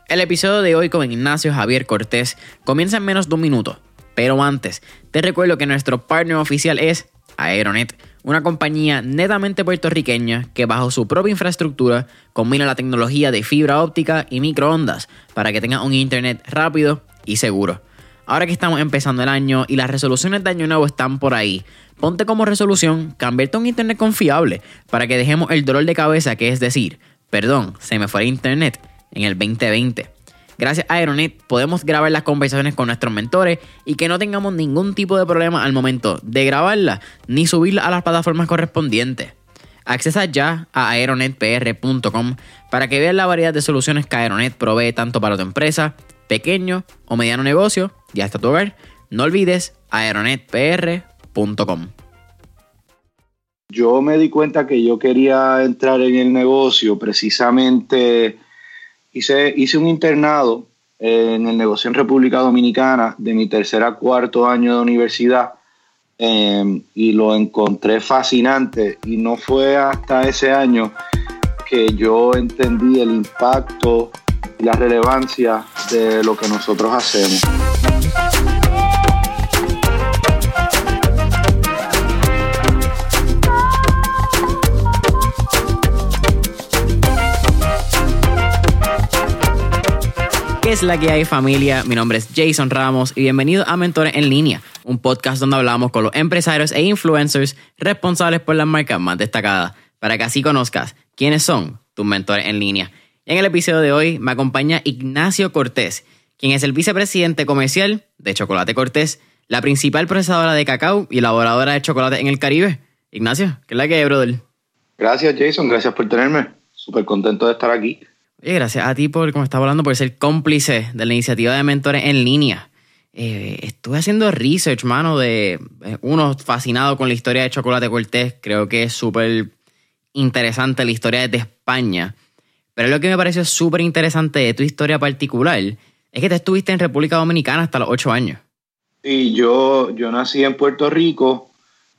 El episodio de hoy con Ignacio Javier Cortés comienza en menos de un minuto, pero antes te recuerdo que nuestro partner oficial es Aeronet, una compañía netamente puertorriqueña que bajo su propia infraestructura combina la tecnología de fibra óptica y microondas para que tengas un internet rápido y seguro. Ahora que estamos empezando el año y las resoluciones de año nuevo están por ahí, ponte como resolución cambiarte a un internet confiable para que dejemos el dolor de cabeza que es decir, perdón, se me fue el internet en el 2020. Gracias a Aeronet podemos grabar las conversaciones con nuestros mentores y que no tengamos ningún tipo de problema al momento de grabarlas ni subirlas a las plataformas correspondientes. Accesa ya a aeronetpr.com para que veas la variedad de soluciones que Aeronet provee tanto para tu empresa, pequeño o mediano negocio y hasta tu hogar. No olvides aeronetpr.com. Yo me di cuenta que yo quería entrar en el negocio precisamente. Hice un internado en el negocio en República Dominicana de mi tercer a cuarto año de universidad y lo encontré fascinante, y no fue hasta ese año que yo entendí el impacto y la relevancia de lo que nosotros hacemos. ¿Qué es la que hay, familia? Mi nombre es Jason Ramos y bienvenido a Mentores en Línea, un podcast donde hablamos con los empresarios e influencers responsables por las marcas más destacadas, para que así conozcas quiénes son tus mentores en línea. Y en el episodio de hoy me acompaña Ignacio Cortés, quien es el vicepresidente comercial de Chocolate Cortés, la principal procesadora de cacao y elaboradora de chocolate en el Caribe. Ignacio, ¿qué es la que hay, brother? Gracias, Jason, gracias por tenerme. Súper contento de estar aquí. Oye, gracias a ti por, como estaba hablando, por ser cómplice de la iniciativa de Mentores en Línea. Estuve haciendo research, mano, de uno fascinado con la historia de Chocolate Cortés. Creo que es súper interesante la historia desde España. Pero lo que me pareció súper interesante de tu historia particular es que te estuviste en República Dominicana hasta los 8 años. Sí, yo nací en Puerto Rico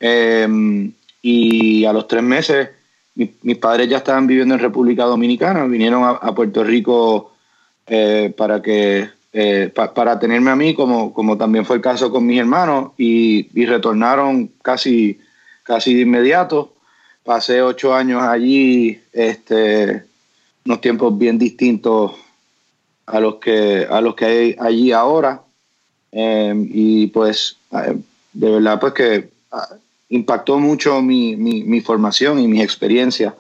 y a los 3 meses mis padres ya estaban viviendo en República Dominicana. Vinieron a Puerto Rico para tenerme a mí, como también fue el caso con mis hermanos, y retornaron casi de inmediato. Pasé 8 años allí, unos tiempos bien distintos a los que hay allí ahora, y pues de verdad pues que impactó mucho mi formación y mis experiencias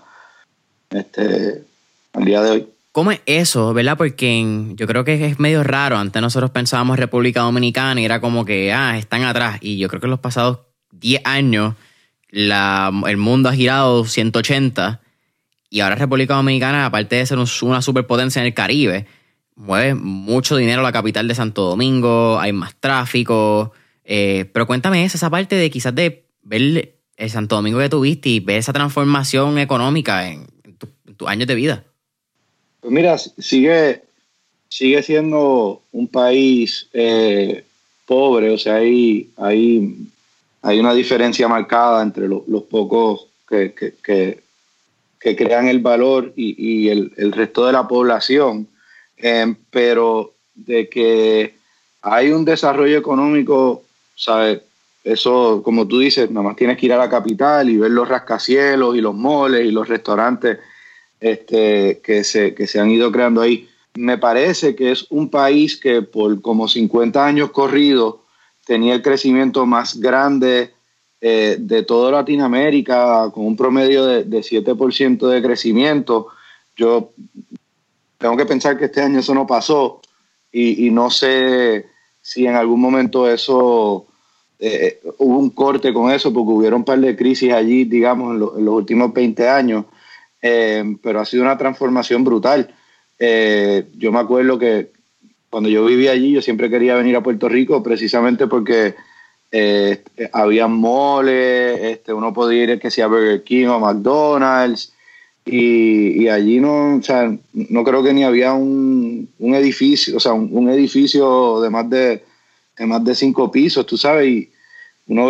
al día de hoy. ¿Cómo es eso, verdad? Porque yo creo que es medio raro. Antes nosotros pensábamos República Dominicana y era como que, están atrás. Y yo creo que en los pasados 10 años el mundo ha girado 180 y ahora República Dominicana, aparte de ser una superpotencia en el Caribe, mueve mucho dinero a la capital de Santo Domingo, hay más tráfico. Pero cuéntame esa parte de quizás de ver el Santo Domingo que tuviste y ver esa transformación económica en tus años de vida. Pues mira, sigue siendo un país pobre, o sea, hay una diferencia marcada entre los pocos que crean el valor y el resto de la población, pero de que hay un desarrollo económico, ¿sabes? Eso, como tú dices, nada más tienes que ir a la capital y ver los rascacielos y los moles y los restaurantes que se han ido creando ahí. Me parece que es un país que por como 50 años corridos tenía el crecimiento más grande de toda Latinoamérica, con un promedio de 7% de crecimiento. Yo tengo que pensar que este año eso no pasó y no sé si en algún momento eso hubo un corte con eso, porque hubieron un par de crisis allí, digamos, en los últimos 20 años, pero ha sido una transformación brutal. Yo me acuerdo que cuando yo vivía allí, yo siempre quería venir a Puerto Rico precisamente porque había moles, uno podía ir que sea Burger King o McDonald's, y allí no creo que ni había un edificio, o sea, un edificio de más de 5 pisos, tú sabes, y uno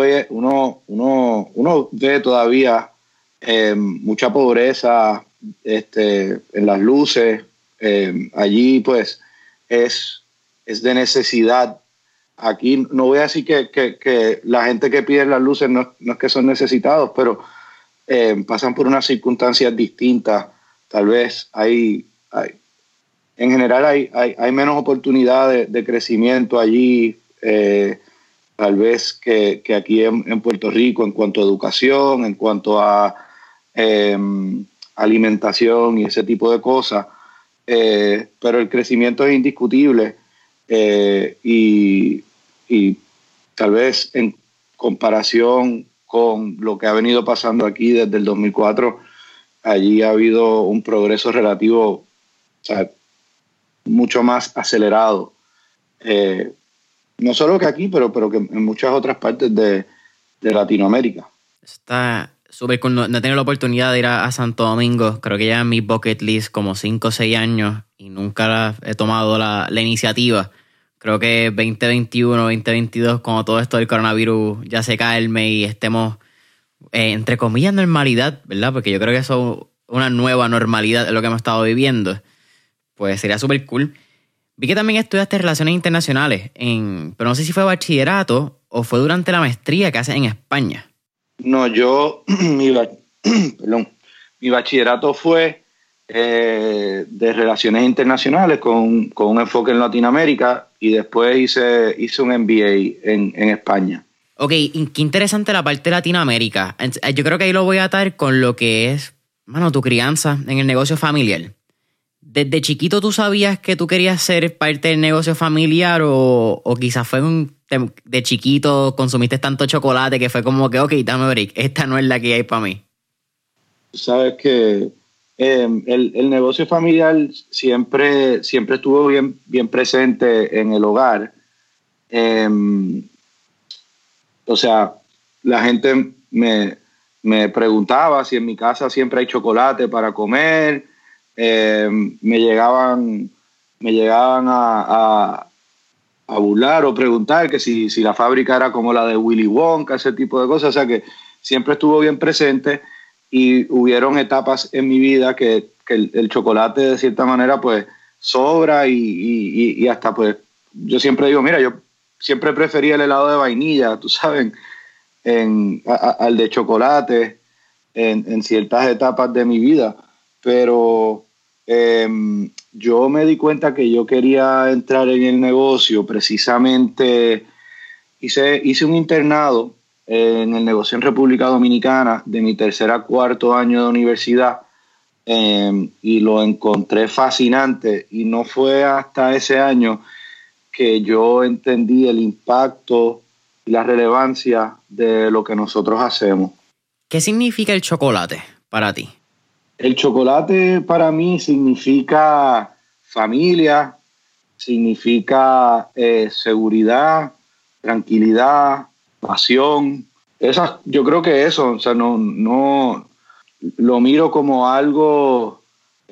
ve todavía mucha pobreza en las luces. Allí pues es de necesidad. Aquí no voy a decir que la gente que pide las luces no es que son necesitados, pero pasan por unas circunstancias distintas. Tal vez en general hay menos oportunidades de crecimiento allí, tal vez que aquí en Puerto Rico en cuanto a educación, en cuanto a alimentación y ese tipo de cosas. Pero el crecimiento es indiscutible y tal vez en comparación con lo que ha venido pasando aquí desde el 2004, allí ha habido un progreso relativo, o sea, mucho más acelerado. No solo que aquí, pero que en muchas otras partes de Latinoamérica. Está súper cool. No he tenido la oportunidad de ir a Santo Domingo. Creo que ya en mi bucket list como 5 o 6 años y nunca he tomado la iniciativa. Creo que 2021, 2022, cuando todo esto del coronavirus ya se calme y estemos, entre comillas, normalidad, ¿verdad? Porque yo creo que eso es una nueva normalidad de lo que hemos estado viviendo. Pues sería súper cool. Vi que también estudiaste Relaciones Internacionales, pero no sé si fue bachillerato o fue durante la maestría que haces en España. No, mi bachillerato fue de Relaciones Internacionales con un enfoque en Latinoamérica y después hice un MBA en España. Ok, qué interesante la parte de Latinoamérica. Yo creo que ahí lo voy a atar con lo que es, tu crianza en el negocio familiar. ¿Desde chiquito tú sabías que tú querías ser parte del negocio familiar o quizás fue de chiquito consumiste tanto chocolate que fue como que, ok, dame break, esta no es la que hay para mí? Sabes que el negocio familiar siempre estuvo bien presente en el hogar. O sea, la gente me preguntaba si en mi casa siempre hay chocolate para comer. Me llegaban a burlar o preguntar que si la fábrica era como la de Willy Wonka, ese tipo de cosas. O sea que siempre estuvo bien presente y hubieron etapas en mi vida que el chocolate de cierta manera pues sobra y hasta pues yo siempre digo, mira, yo siempre prefería el helado de vainilla, tú sabes, al de chocolate en ciertas etapas de mi vida, pero yo me di cuenta que yo quería entrar en el negocio. Precisamente hice un internado en el negocio en República Dominicana de mi tercer a cuarto año de universidad y lo encontré fascinante, y no fue hasta ese año que yo entendí el impacto y la relevancia de lo que nosotros hacemos. ¿Qué significa el chocolate para ti? El chocolate para mí significa familia, significa seguridad, tranquilidad, pasión. Yo creo que eso, o sea, no lo miro como algo,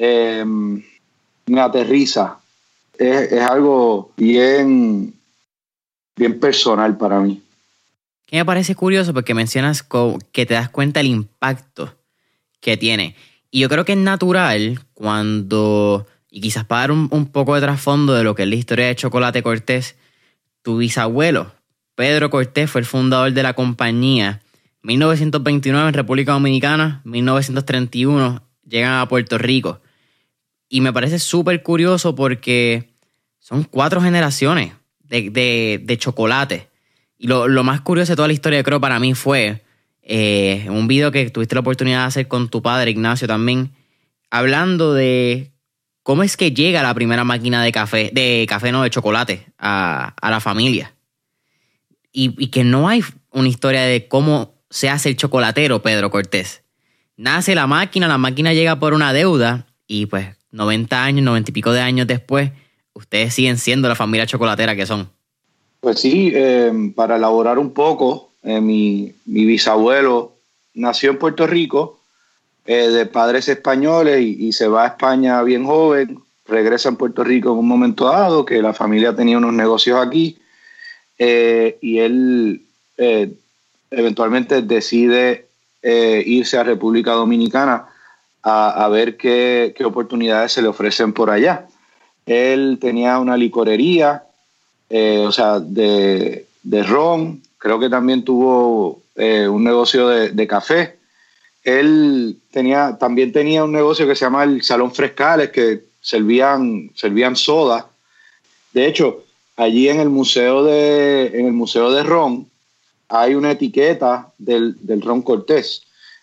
me aterriza. Es algo bien personal para mí. Que me parece curioso porque mencionas que te das cuenta del impacto que tiene. Y yo creo que es natural y quizás para dar un poco de trasfondo de lo que es la historia de Chocolate Cortés, tu bisabuelo, Pedro Cortés, fue el fundador de la compañía. 1929 en República Dominicana, 1931 llegan a Puerto Rico. Y me parece súper curioso porque son 4 generaciones de chocolate. Y lo más curioso de toda la historia, creo, para mí fue un video que tuviste la oportunidad de hacer con tu padre, Ignacio, también, hablando de cómo es que llega la primera máquina de chocolate a la familia. Y que no hay una historia de cómo se hace el chocolatero Pedro Cortés. Nace la máquina llega por una deuda y pues 90 y pico de años después, ustedes siguen siendo la familia chocolatera que son. Pues sí, para elaborar un poco, mi bisabuelo nació en Puerto Rico, de padres españoles, y se va a España bien joven, regresa en Puerto Rico en un momento dado, que la familia tenía unos negocios aquí, y él eventualmente decide irse a República Dominicana a ver qué oportunidades se le ofrecen por allá. Él tenía una licorería, o sea, de ron. Creo que también tuvo un negocio de café. Él también tenía un negocio que se llama el Salón Frescales, que servían soda. De hecho, allí en el museo de ron hay una etiqueta del ron Cortés.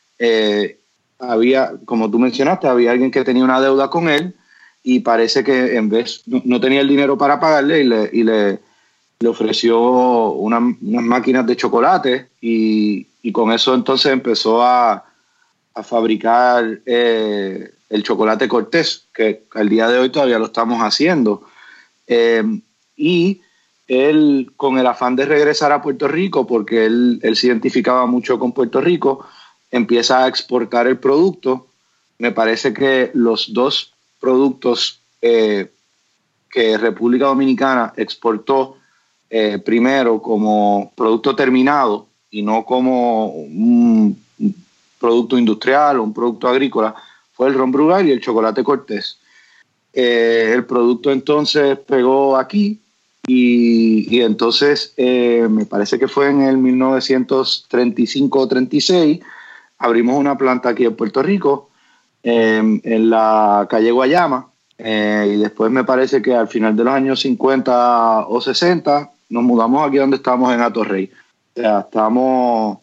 Como tú mencionaste, había alguien que tenía una deuda con él y parece que en vez no tenía el dinero para pagarle y le ofreció unas máquinas de chocolate y con eso entonces empezó a fabricar el chocolate Cortés, que al día de hoy todavía lo estamos haciendo. Y él, con el afán de regresar a Puerto Rico, porque él se identificaba mucho con Puerto Rico, empieza a exportar el producto. Me parece que los dos productos que República Dominicana exportó primero como producto terminado y no como un producto industrial o un producto agrícola, fue el ron Brugal y el chocolate Cortés. El producto entonces pegó aquí y entonces me parece que fue en el 1935 o 36, abrimos una planta aquí en Puerto Rico, en la calle Guayama, y después me parece que al final de los años 50 o 60 nos mudamos aquí donde estamos en Atorrey. O sea, estamos,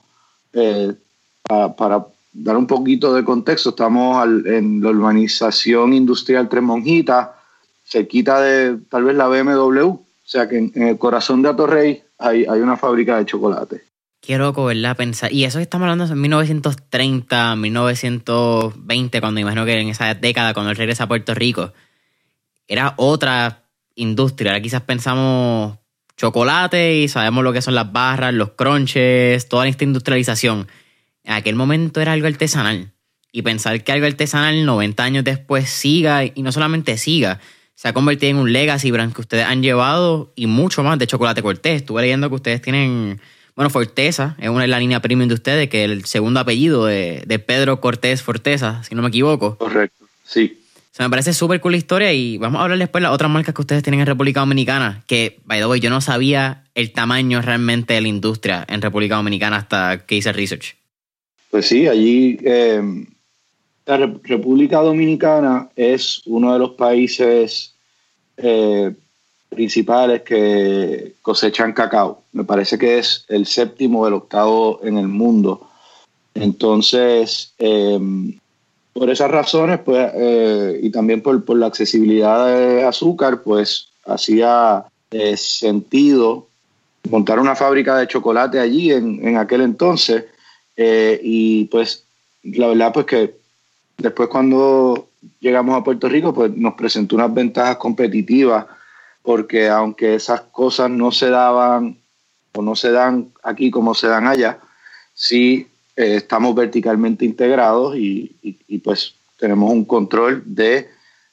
para dar un poquito de contexto, estamos en la urbanización industrial Tres Monjitas, cerquita de tal vez la BMW. O sea que en el corazón de Atorrey hay una fábrica de chocolate. Qué loco, ¿verdad? Pensar. Y eso que estamos hablando es en 1930, 1920, cuando imagino que en esa década, cuando él regresa a Puerto Rico, era otra industria. Ahora quizás pensamos chocolate y sabemos lo que son las barras, los crunches, toda esta industrialización. En aquel momento era algo artesanal. Y pensar que algo artesanal 90 años después siga, y no solamente siga, se ha convertido en un legacy brand que ustedes han llevado y mucho más de Chocolate Cortés. Estuve leyendo que ustedes tienen, bueno, Forteza, es la línea premium de ustedes, que es el segundo apellido de Pedro Cortés Forteza, si no me equivoco. Correcto, sí. O sea, me parece súper cool la historia y vamos a hablar después de las otras marcas que ustedes tienen en República Dominicana, que, by the way, yo no sabía el tamaño realmente de la industria en República Dominicana hasta que hice el research. Pues sí, allí la República Dominicana es uno de los países principales que cosechan cacao. Me parece que es el 7º o el 8º en el mundo. Entonces, por esas razones, pues, y también por la accesibilidad de azúcar, pues hacía sentido montar una fábrica de chocolate allí en aquel entonces. Y pues la verdad pues que después cuando llegamos a Puerto Rico pues nos presentó unas ventajas competitivas, porque aunque esas cosas no se daban o no se dan aquí como se dan allá, sí estamos verticalmente integrados y pues tenemos un control de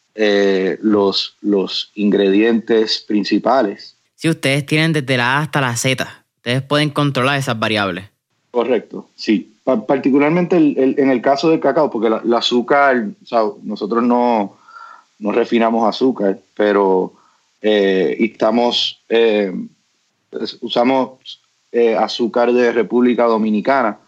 los ingredientes principales. Si ustedes tienen desde la A hasta la Z, ustedes pueden controlar esas variables. Correcto, sí. Particularmente en el caso del cacao, porque el azúcar, o sea, nosotros no refinamos azúcar, pero usamos azúcar de República Dominicana,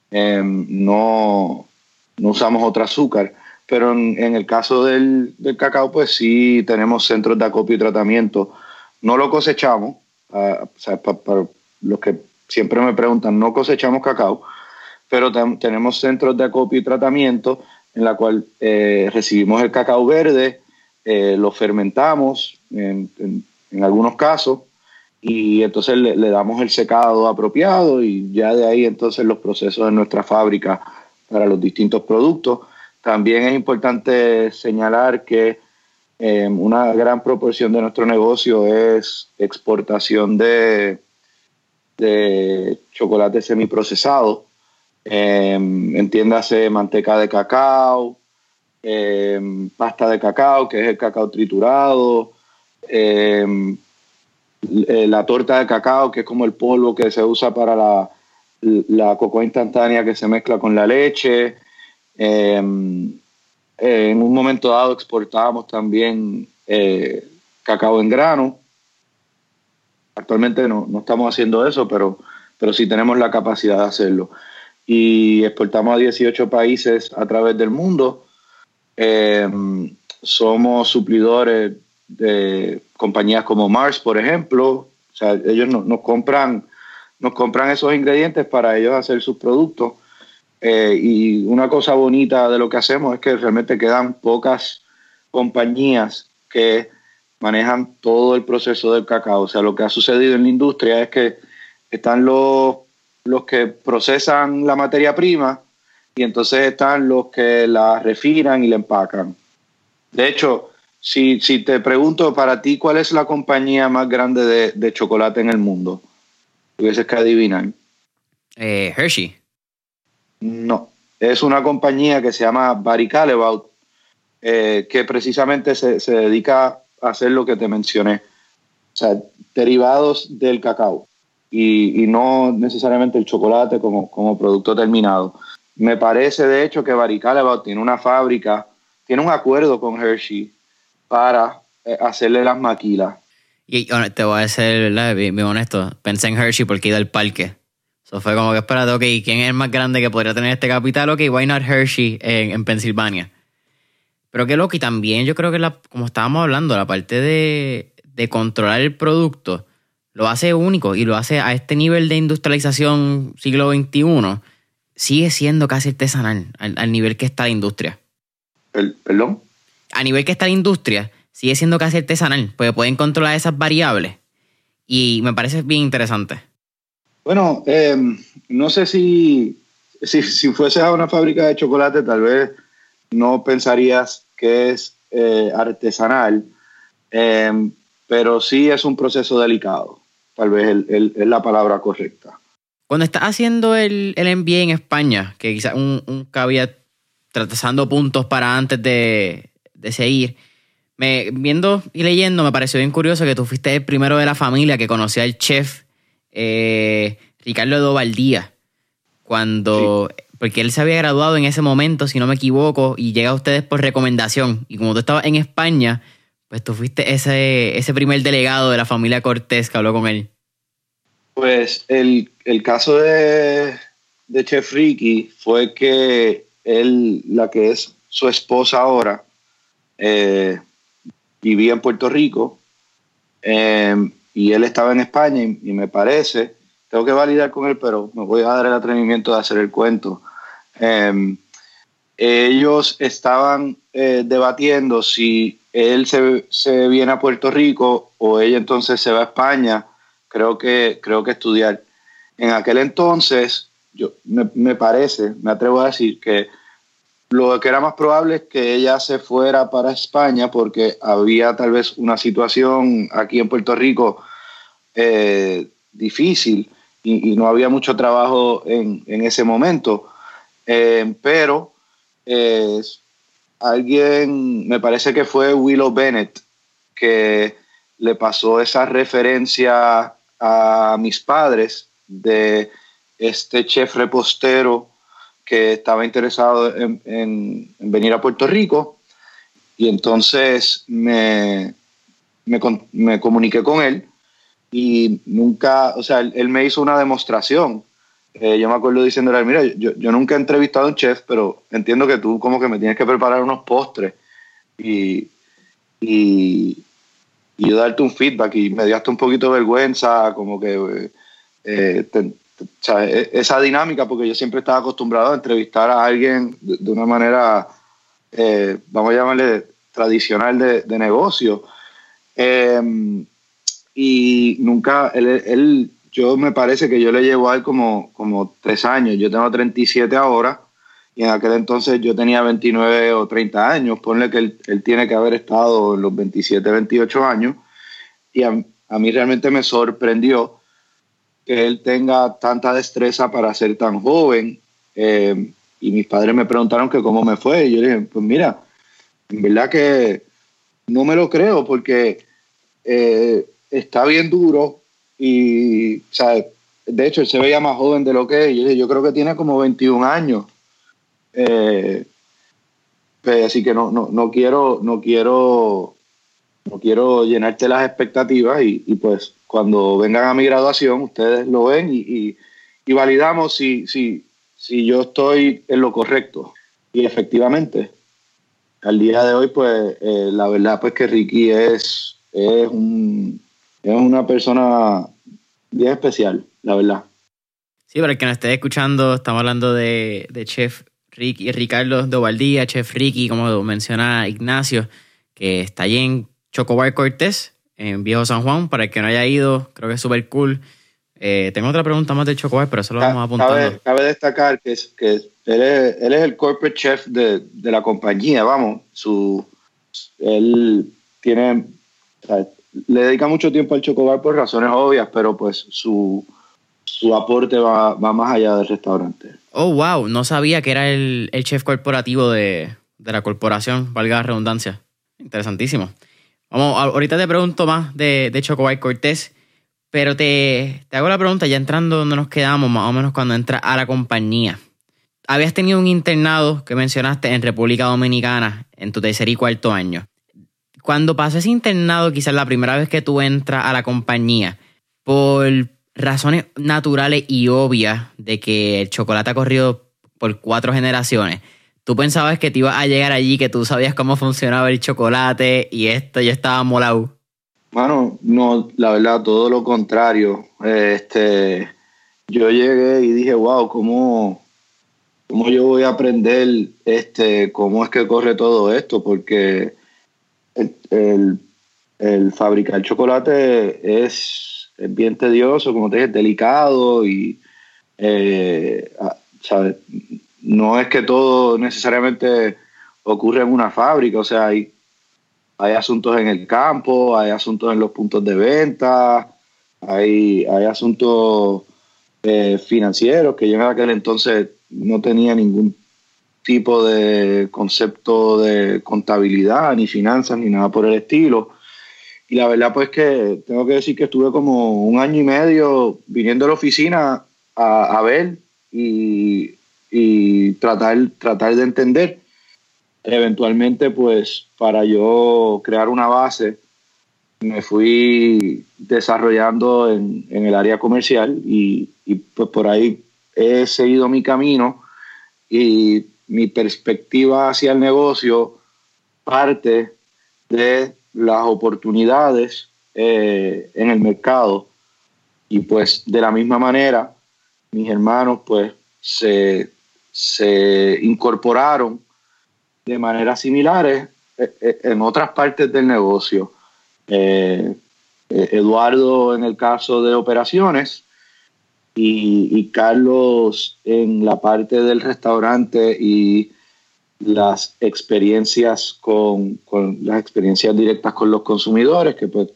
no usamos otro azúcar, pero en el caso del cacao, pues sí tenemos centros de acopio y tratamiento. No lo cosechamos, o sea, para los que siempre me preguntan, no cosechamos cacao, pero tenemos centros de acopio y tratamiento en la cual recibimos el cacao verde, lo fermentamos en algunos casos y entonces le damos el secado apropiado y ya de ahí entonces los procesos en nuestra fábrica para los distintos productos. También es importante señalar que una gran proporción de nuestro negocio es exportación de chocolate semiprocesado, entiéndase manteca de cacao, pasta de cacao, que es el cacao triturado, la torta de cacao, que es como el polvo que se usa para la cocoa instantánea que se mezcla con la leche. En un momento dado exportábamos también cacao en grano. Actualmente no estamos haciendo eso, pero sí tenemos la capacidad de hacerlo. Y exportamos a 18 países a través del mundo. Somos suplidores de compañías como Mars, por ejemplo. O sea, ellos nos compran esos ingredientes para ellos hacer sus productos. Y una cosa bonita de lo que hacemos es que realmente quedan pocas compañías que manejan todo el proceso del cacao. O sea, lo que ha sucedido en la industria es que están los que procesan la materia prima y entonces están los que la refinan y la empacan. De hecho, si te pregunto para ti, ¿cuál es la compañía más grande de chocolate en el mundo? Tuvieses que adivinar. Hershey. No, es una compañía que se llama Barry Callebaut, que precisamente se dedica a hacer lo que te mencioné, o sea, derivados del cacao y no necesariamente el chocolate como producto terminado. Me parece, de hecho, que Barry Callebaut tiene una fábrica, tiene un acuerdo con Hershey para hacerle las maquilas. Y te voy a ser bien honesto, pensé en Hershey porque he ido al parque. Eso fue como que, espérate, ok, ¿quién es el más grande que podría tener este capital? Ok, why not Hershey en Pensilvania? Pero qué loco, y también yo creo que como estábamos hablando, la parte de controlar el producto lo hace único y lo hace a este nivel de industrialización siglo XXI, sigue siendo casi artesanal al nivel que está la industria. ¿Perdón? A nivel que está la industria, sigue siendo casi artesanal, porque pueden controlar esas variables y me parece bien interesante. Bueno, no sé si fueses a una fábrica de chocolate, tal vez no pensarías que es artesanal, pero sí es un proceso delicado. Tal vez es la palabra correcta. Cuando estás haciendo el MBA en España, que quizás un caveat trazando puntos para antes de seguir, viendo y leyendo me pareció bien curioso que tú fuiste el primero de la familia que conocía al chef Ricardo Dovaldía, sí, porque él se había graduado en ese momento, si no me equivoco, y llega a ustedes por recomendación. Y como tú estabas en España, pues tú fuiste ese primer delegado de la familia Cortés que habló con él. Pues el caso de Chef Ricky fue que él, la que es su esposa ahora, vivía en Puerto Rico y él estaba en España y me parece, tengo que validar con él, pero me voy a dar el atrevimiento de hacer el cuento. Ellos estaban debatiendo si él se viene a Puerto Rico o ella entonces se va a España, creo que estudiar. En aquel entonces, me atrevo a decir que lo que era más probable es que ella se fuera para España porque había tal vez una situación aquí en Puerto Rico difícil y no había mucho trabajo en ese momento. Pero alguien, me parece que fue Willow Bennett, que le pasó esa referencia a mis padres de este chef repostero que estaba interesado en venir a Puerto Rico, y entonces me comuniqué con él y nunca, o sea, él me hizo una demostración. Yo me acuerdo diciéndole, mira, yo nunca he entrevistado a un chef, pero entiendo que tú como que me tienes que preparar unos postres y yo darte un feedback, y me dio hasta un poquito de vergüenza, como que o sea, esa dinámica, porque yo siempre estaba acostumbrado a entrevistar a alguien de una manera, vamos a llamarle tradicional de negocio. Y nunca, yo me parece que yo le llevo a él como 3 años. Yo tengo 37 ahora y en aquel entonces yo tenía 29 o 30 años. Ponle que él tiene que haber estado en los 27, 28 años. Y a mí realmente me sorprendió que él tenga tanta destreza para ser tan joven. Y mis padres me preguntaron que cómo me fue. Y yo le dije, pues mira, en verdad que no me lo creo porque está bien duro y, o sea, de hecho él se veía más joven de lo que es. Y yo dije, yo creo que tiene como 21 años. Pues, así que no quiero no quiero llenarte las expectativas y pues cuando vengan a mi graduación ustedes lo ven y validamos si yo estoy en lo correcto. Y efectivamente, al día de hoy, pues la verdad pues que Ricky es una persona bien especial, la verdad. Sí, para el que nos esté escuchando, estamos hablando de Chef Ricky, Ricardo Dovaldía, Chef Ricky, como menciona Ignacio, que está allí en Chocobar Cortés, en Viejo San Juan. Para el que no haya ido, creo que es súper cool. Tengo otra pregunta más del Chocobar, pero eso lo vamos apuntando. Cabe destacar que él es el corporate chef de la compañía, vamos. Él tiene, o sea, le dedica mucho tiempo al Chocobar por razones obvias, pero pues su aporte va más allá del restaurante. Oh, wow, no sabía que era el chef corporativo de la corporación, valga la redundancia. Interesantísimo. Ahorita te pregunto más de Chocobar Cortés, pero te hago la pregunta ya entrando donde nos quedamos, más o menos cuando entras a la compañía. Habías tenido un internado que mencionaste en República Dominicana en tu tercer y cuarto año. Cuando pasó ese internado, quizás la primera vez que tú entras a la compañía, por razones naturales y obvias de que el chocolate ha corrido por 4 generaciones, tú pensabas que te ibas a llegar allí, que tú sabías cómo funcionaba el chocolate y esto ya estaba molado. Bueno, no, la verdad, todo lo contrario. Yo llegué y dije, wow, ¿cómo yo voy a aprender cómo es que corre todo esto? Porque el fabricar chocolate es bien tedioso, como te dije, delicado y, ¿sabes? No es que todo necesariamente ocurre en una fábrica, o sea, hay asuntos en el campo, hay asuntos en los puntos de venta, hay asuntos financieros que yo en aquel entonces no tenía ningún tipo de concepto de contabilidad, ni finanzas, ni nada por el estilo. Y la verdad pues que tengo que decir que estuve como 1 año y medio viniendo a la oficina a ver y tratar de entender. Eventualmente pues para yo crear una base me fui desarrollando en el área comercial y pues por ahí he seguido mi camino y mi perspectiva hacia el negocio parte de las oportunidades en el mercado y pues de la misma manera mis hermanos pues se incorporaron de maneras similares en otras partes del negocio. Eduardo en el caso de operaciones y Carlos en la parte del restaurante y las experiencias con las experiencias directas con los consumidores, que pues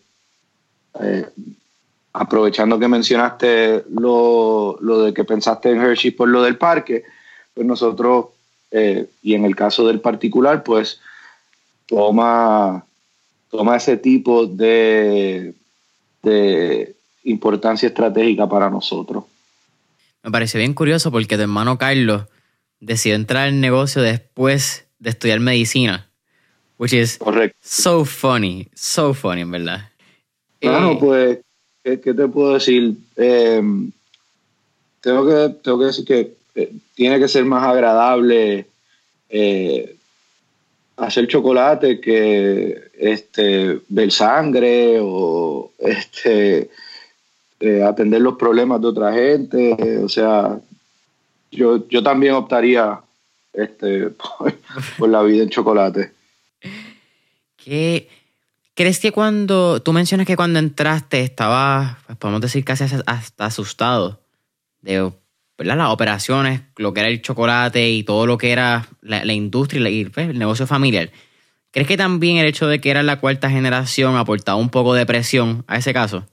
aprovechando que mencionaste lo de que pensaste en Hershey por lo del parque, pues nosotros y en el caso del particular pues toma ese tipo de importancia estratégica para nosotros. Me parece bien curioso porque tu hermano Carlos decidió entrar al negocio después de estudiar medicina, which is Correcto. so funny en verdad. Bueno, pues, ¿qué te puedo decir? Tengo que decir que tiene que ser más agradable hacer chocolate que ver sangre o atender los problemas de otra gente. O sea, yo también optaría por la vida en chocolate. ¿Qué crees que cuando tú mencionas que cuando entraste estabas, pues podemos decir casi hasta asustado de, ¿verdad?, las operaciones, lo que era el chocolate y todo lo que era la industria y pues, el negocio familiar? ¿Crees que también el hecho de que era la 4ª generación aportaba un poco de presión a ese caso?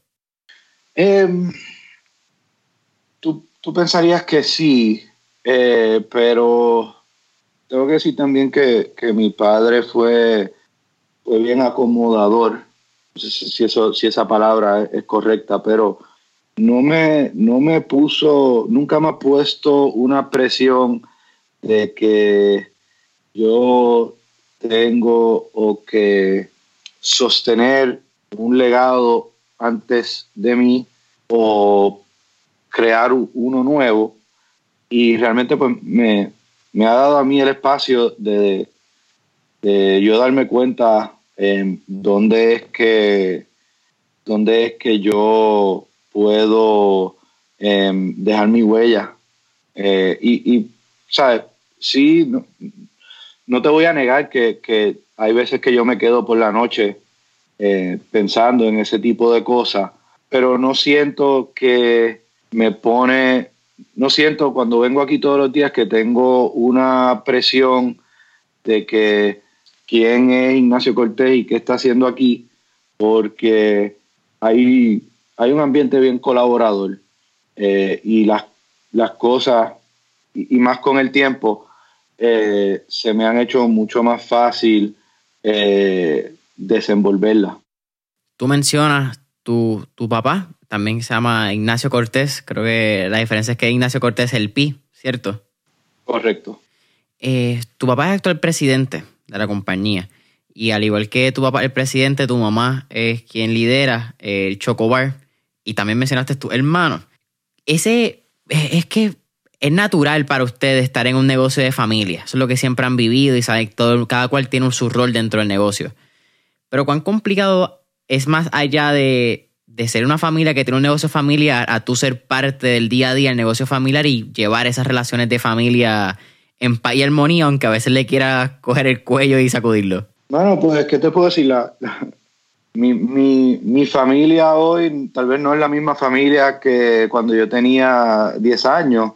Tú pensarías que sí, pero tengo que decir también que mi padre fue bien acomodador. No sé si esa palabra es correcta, pero nunca me ha puesto una presión de que yo tengo o que sostener un legado antes de mí o crear uno nuevo, y realmente pues me ha dado a mí el espacio de yo darme cuenta dónde es que yo puedo dejar mi huella. ¿Sabes? Sí, no te voy a negar que hay veces que yo me quedo por la noche pensando en ese tipo de cosas, pero no siento cuando vengo aquí todos los días que tengo una presión de que quién es Ignacio Cortés y qué está haciendo aquí, porque hay un ambiente bien colaborador, y las cosas, y más con el tiempo, se me han hecho mucho más fácil desenvolverla. Tú mencionas tu papá, también se llama Ignacio Cortés. Creo que la diferencia es que Ignacio Cortés es el Pi, ¿cierto? Correcto. Tu papá es actual presidente de la compañía. Y al igual que tu papá, el presidente, tu mamá es quien lidera el Chocobar. Y también mencionaste tu hermano. Es que es natural para ustedes estar en un negocio de familia. Eso es lo que siempre han vivido y saben, cada cual tiene su rol dentro del negocio. Pero cuán complicado es más allá de ser una familia que tiene un negocio familiar a tú ser parte del día a día del negocio familiar y llevar esas relaciones de familia en paz y armonía, aunque a veces le quieras coger el cuello y sacudirlo. Bueno, pues, ¿qué te puedo decir? Mi familia hoy tal vez no es la misma familia que cuando yo tenía 10 años.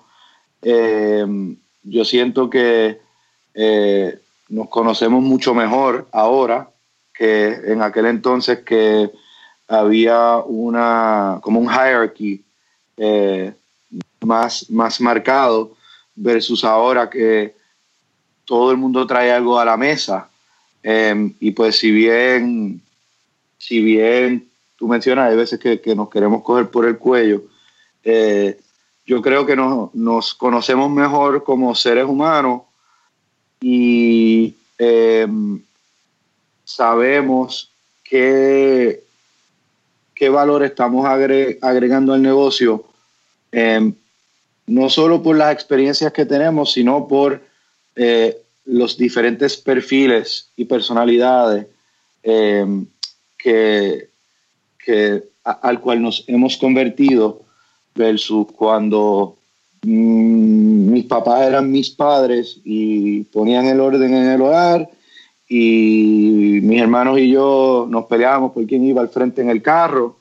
Yo siento que nos conocemos mucho mejor ahora que en aquel entonces, que había como un hierarchy más marcado, versus ahora que todo el mundo trae algo a la mesa. Y pues si bien tú mencionas, hay veces que nos queremos coger por el cuello, yo creo que nos conocemos mejor como seres humanos y sabemos qué valor estamos agregando al negocio, no solo por las experiencias que tenemos, sino por los diferentes perfiles y personalidades al cual nos hemos convertido, versus cuando mis papás eran mis padres y ponían el orden en el hogar, y mis hermanos y yo nos peleábamos por quién iba al frente en el carro.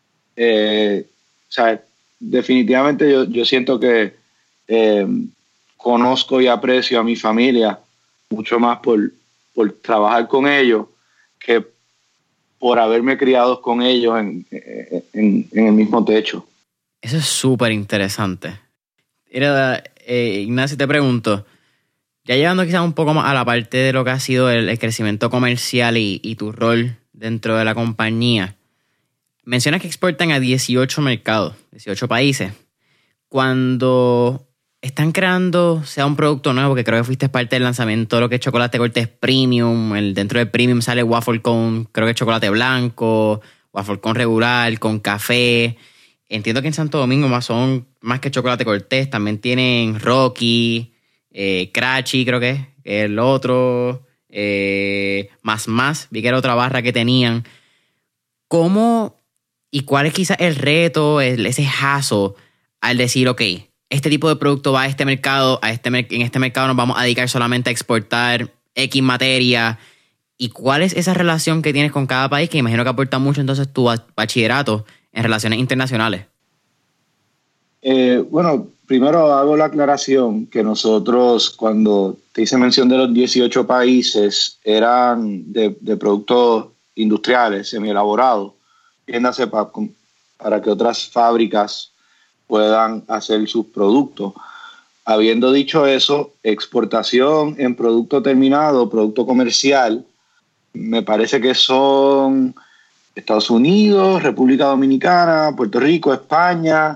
O sea, definitivamente yo siento que conozco y aprecio a mi familia mucho más por trabajar con ellos que por haberme criado con ellos en el mismo techo. Eso es súper interesante. Ignacio, te pregunto, ya llegando quizás un poco más a la parte de lo que ha sido el crecimiento comercial y tu rol dentro de la compañía, mencionas que exportan a 18 mercados, 18 países. Cuando están creando, sea un producto nuevo, que creo que fuiste parte del lanzamiento de lo que es Chocolate Cortés Premium, dentro del Premium sale waffle con, creo que chocolate blanco, waffle con regular, con café. Entiendo que en Santo Domingo son más que Chocolate Cortés, también tienen Rocky, Crachi, creo que es el otro, más, vi que era otra barra que tenían. ¿Cómo y cuál es quizás el reto, ese hazo al decir, ok, este tipo de producto va a este mercado, en este mercado nos vamos a dedicar solamente a exportar X materia? ¿Y cuál es esa relación que tienes con cada país, que imagino que aporta mucho entonces tu bachillerato en relaciones internacionales? Bueno, primero hago la aclaración que nosotros, cuando te hice mención de los 18 países, eran de productos industriales, semi-elaborados, entiéndase, para que otras fábricas puedan hacer sus productos. Habiendo dicho eso, exportación en producto terminado, producto comercial, me parece que son Estados Unidos, República Dominicana, Puerto Rico, España.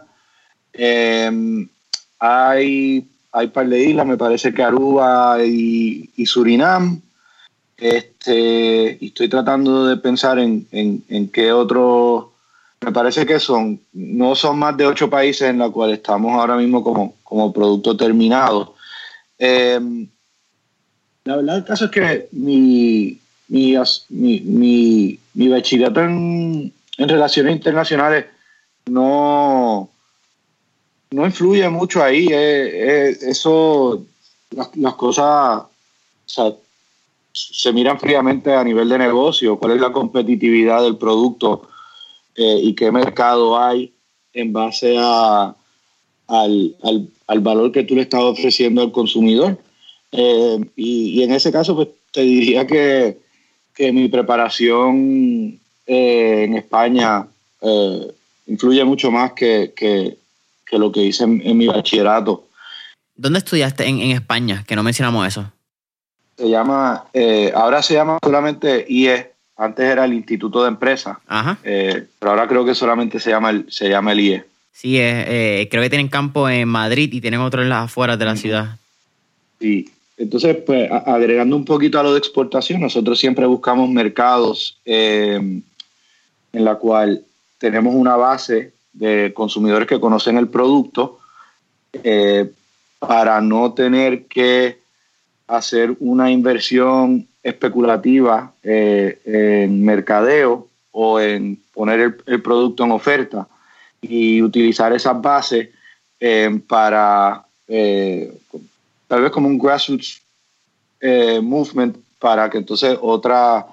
Hay par de islas, me parece que Aruba y Surinam. Y estoy tratando de pensar en qué otros, me parece que no son más de 8 países en los cuales estamos ahora mismo como producto terminado. La verdad, el caso es que mi bachillerato en relaciones internacionales no influye mucho ahí. Eso, las cosas, o sea, se miran fríamente a nivel de negocio, cuál es la competitividad del producto y qué mercado hay en base al valor que tú le estás ofreciendo al consumidor. Y en ese caso, pues te diría que mi preparación en España influye mucho más que lo que hice en mi bachillerato. ¿Dónde estudiaste en España? Que no mencionamos eso. Ahora se llama solamente IE, antes era el Instituto de Empresas, pero ahora creo que solamente se llama el IE. Sí, creo que tienen campo en Madrid y tienen otro en las afueras de la ciudad. Sí, entonces pues agregando un poquito a lo de exportación, nosotros siempre buscamos mercados en la cual tenemos una base de consumidores que conocen el producto para no tener que hacer una inversión especulativa en mercadeo o en poner el producto en oferta y utilizar esas bases para tal vez como un grassroots movement para que entonces otras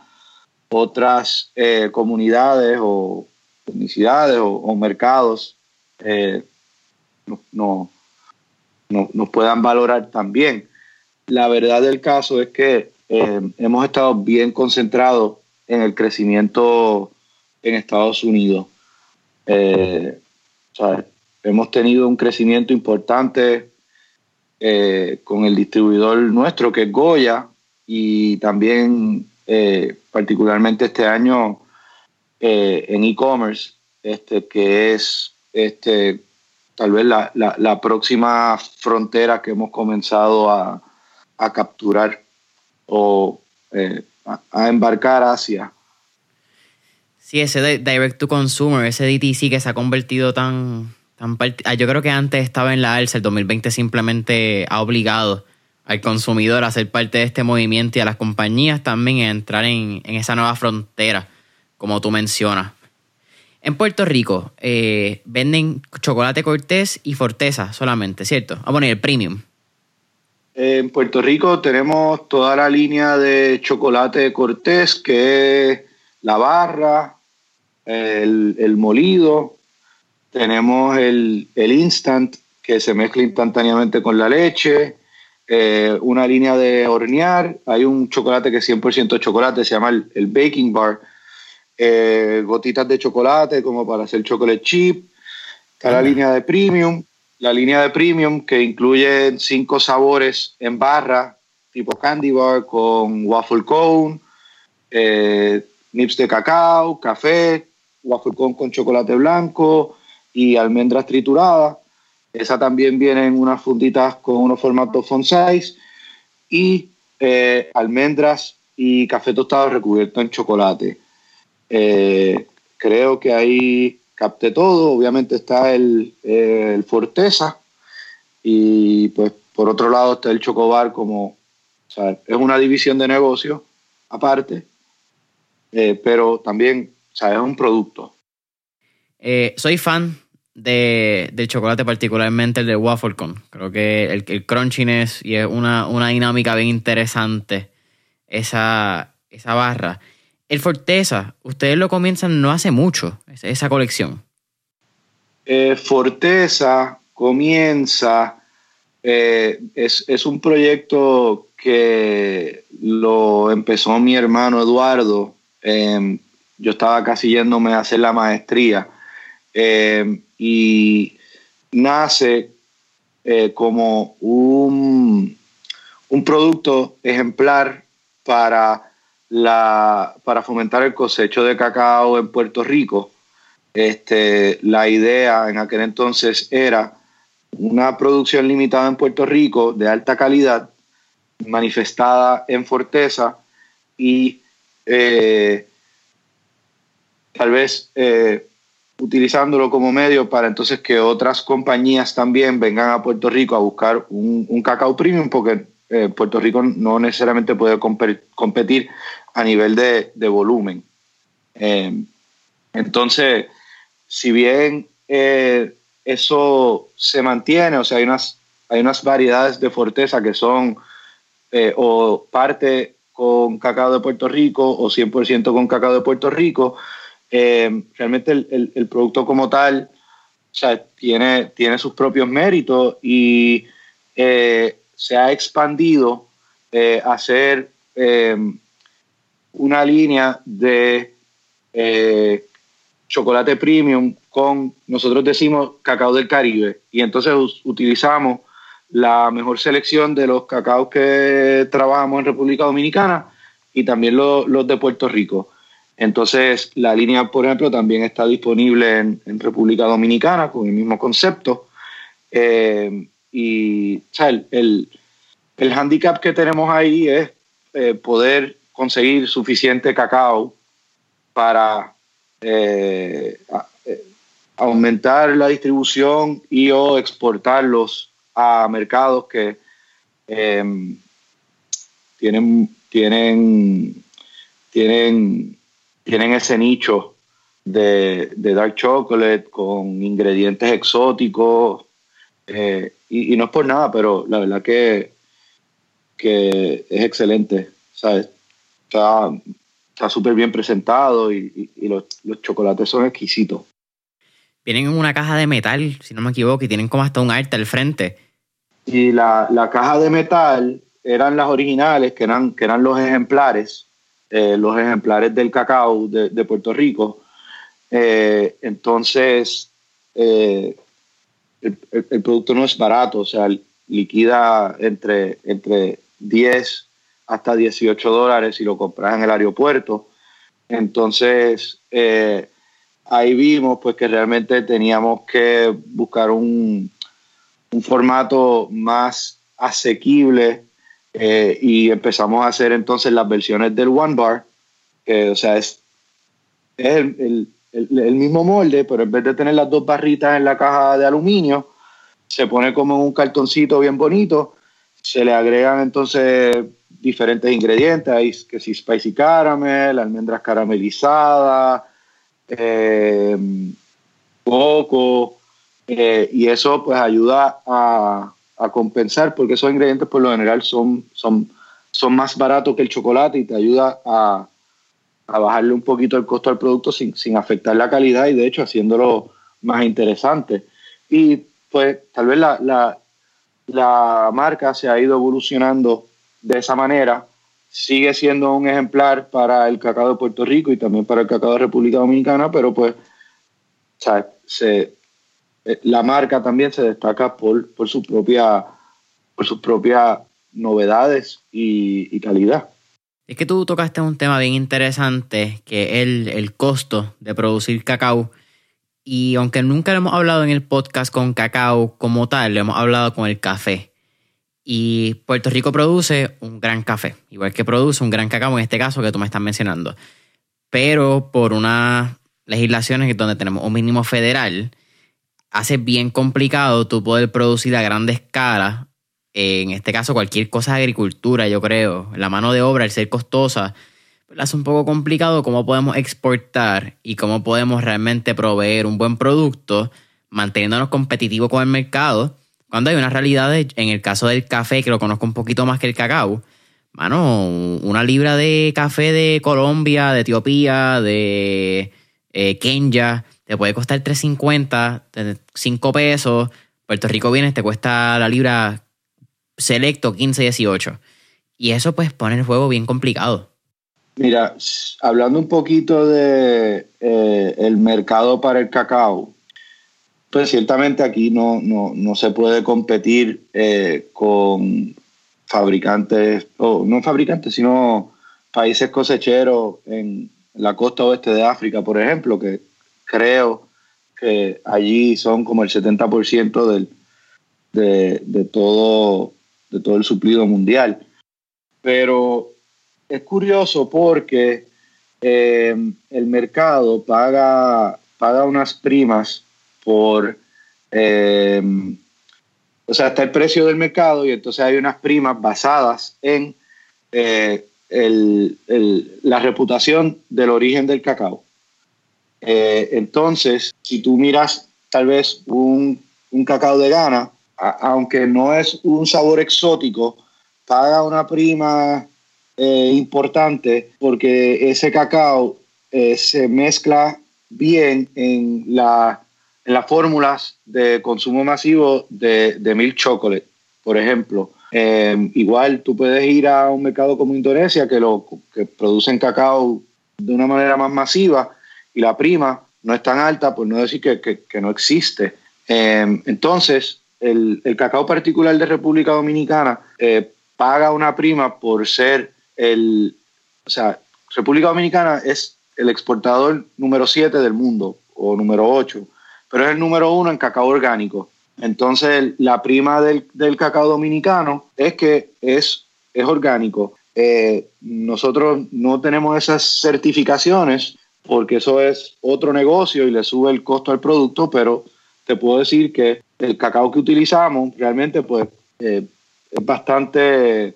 comunidades o etnicidades o mercados nos puedan valorar también. La verdad del caso es que hemos estado bien concentrados en el crecimiento en Estados Unidos. Hemos tenido un crecimiento importante con el distribuidor nuestro, que es Goya, y también particularmente este año en e-commerce, que es tal vez la próxima frontera que hemos comenzado a capturar o a embarcar hacia. Sí, ese direct to consumer, ese DTC que se ha convertido yo creo que antes estaba en la alza, el 2020 simplemente ha obligado al consumidor a ser parte de este movimiento y a las compañías también a entrar en esa nueva frontera, como tú mencionas. En Puerto Rico venden chocolate Cortés y Forteza solamente, ¿cierto? Bueno, y el premium. En Puerto Rico tenemos toda la línea de chocolate Cortés, que es la barra, el molido. Tenemos el instant, que se mezcla instantáneamente con la leche. Una línea de hornear. Hay un chocolate que es 100% chocolate, se llama el baking bar. Gotitas de chocolate como para hacer chocolate chip. Está la línea de premium. La línea de premium, que incluye 5 sabores en barra, tipo candy bar, con waffle cone, nips de cacao, café, waffle cone con chocolate blanco y almendras trituradas. Esa también viene en unas funditas con unos formatos font size y almendras y café tostado recubierto en chocolate. Creo que ahí capté todo. Obviamente está el Forteza y pues por otro lado está el Chocobar como, ¿sabes? Es una división de negocio aparte, pero también, ¿sabes? Es un producto. Soy fan del chocolate, particularmente el de waffle cone. Creo que el crunchiness y es una dinámica bien interesante esa barra. El Forteza, ustedes lo comienzan no hace mucho, esa colección. Forteza comienza, es un proyecto que lo empezó mi hermano Eduardo. Yo estaba casi yéndome a hacer la maestría y nace como un producto ejemplar para fomentar el cosecho de cacao en Puerto Rico. La idea en aquel entonces era una producción limitada en Puerto Rico de alta calidad, manifestada en Forteza y tal vez utilizándolo como medio para entonces que otras compañías también vengan a Puerto Rico a buscar un cacao premium, porque Puerto Rico no necesariamente puede competir a nivel de volumen. Entonces, si bien eso se mantiene, o sea, hay unas variedades de Forteza que son o parte con cacao de Puerto Rico o 100% con cacao de Puerto Rico, realmente el producto como tal, o sea, tiene sus propios méritos y se ha expandido a hacer una línea de chocolate premium con, nosotros decimos, cacao del Caribe, y entonces utilizamos la mejor selección de los cacaos que trabajamos en República Dominicana y también los de Puerto Rico. Entonces, la línea, por ejemplo, también está disponible en República Dominicana con el mismo concepto. Y o sea, el handicap que tenemos ahí es poder conseguir suficiente cacao para aumentar la distribución y o exportarlos a mercados que tienen ese nicho de dark chocolate con ingredientes exóticos, y no es por nada, pero la verdad que es excelente, ¿sabes? Está súper bien presentado y los chocolates son exquisitos. Vienen en una caja de metal, si no me equivoco, y tienen como hasta un arte al frente. Y la caja de metal eran las originales, que eran los ejemplares del cacao de Puerto Rico. Entonces, el producto no es barato, o sea, liquida entre 10 hasta $18 si lo compras en el aeropuerto. Entonces, ahí vimos pues que realmente teníamos que buscar un formato más asequible, y empezamos a hacer entonces las versiones del One Bar, que o sea es el mismo molde, pero en vez de tener las dos barritas en la caja de aluminio, se pone como en un cartoncito bien bonito, se le agregan entonces diferentes ingredientes, hay que si spicy caramel, almendras caramelizadas, coco, y eso pues ayuda a compensar, porque esos ingredientes por lo general son más baratos que el chocolate y te ayuda a bajarle un poquito el costo al producto sin afectar la calidad y de hecho haciéndolo más interesante. Y pues tal vez la marca se ha ido evolucionando de esa manera, sigue siendo un ejemplar para el cacao de Puerto Rico y también para el cacao de República Dominicana, pero pues la marca también se destaca por sus propias novedades y calidad. Es que tú tocaste un tema bien interesante, que es el costo de producir cacao. Y aunque nunca lo hemos hablado en el podcast con cacao como tal, lo hemos hablado con el café. Y Puerto Rico produce un gran café, igual que produce un gran cacao en este caso que tú me estás mencionando. Pero por unas legislaciones donde tenemos un mínimo federal, hace bien complicado tú poder producir a gran escala. En este caso, cualquier cosa de agricultura, yo creo. La mano de obra, al ser costosa, pues hace un poco complicado cómo podemos exportar y cómo podemos realmente proveer un buen producto, manteniéndonos competitivos con el mercado, cuando hay unas realidades, en el caso del café, que lo conozco un poquito más que el cacao. Mano, una libra de café de Colombia, de Etiopía, de Kenia, te puede costar $3.50, $5. Puerto Rico viene, te cuesta la libra selecto 15, 18. Y eso pues pone el juego bien complicado. Mira, hablando un poquito de el mercado para el cacao, pues ciertamente aquí no se puede competir con fabricantes, o no fabricantes, sino países cosecheros en la costa oeste de África, por ejemplo, que creo que allí son como el 70% de todo el suplido mundial. Pero es curioso porque el mercado paga unas primas por... o sea, está el precio del mercado y entonces hay unas primas basadas en la reputación del origen del cacao. Entonces, si tú miras tal vez un cacao de Ghana, aunque no es un sabor exótico, paga una prima importante porque ese cacao se mezcla bien en las fórmulas de consumo masivo de milk chocolate, por ejemplo. Igual tú puedes ir a un mercado como Indonesia que producen cacao de una manera más masiva y la prima no es tan alta, por no decir que no existe. Entonces, el cacao particular de República Dominicana paga una prima por ser o sea, República Dominicana es el exportador número 7 del mundo, o número 8, pero es el número 1 en cacao orgánico. Entonces, la prima del cacao dominicano es que es orgánico. Nosotros no tenemos esas certificaciones porque eso es otro negocio y le sube el costo al producto, pero te puedo decir que el cacao que utilizamos realmente pues es bastante,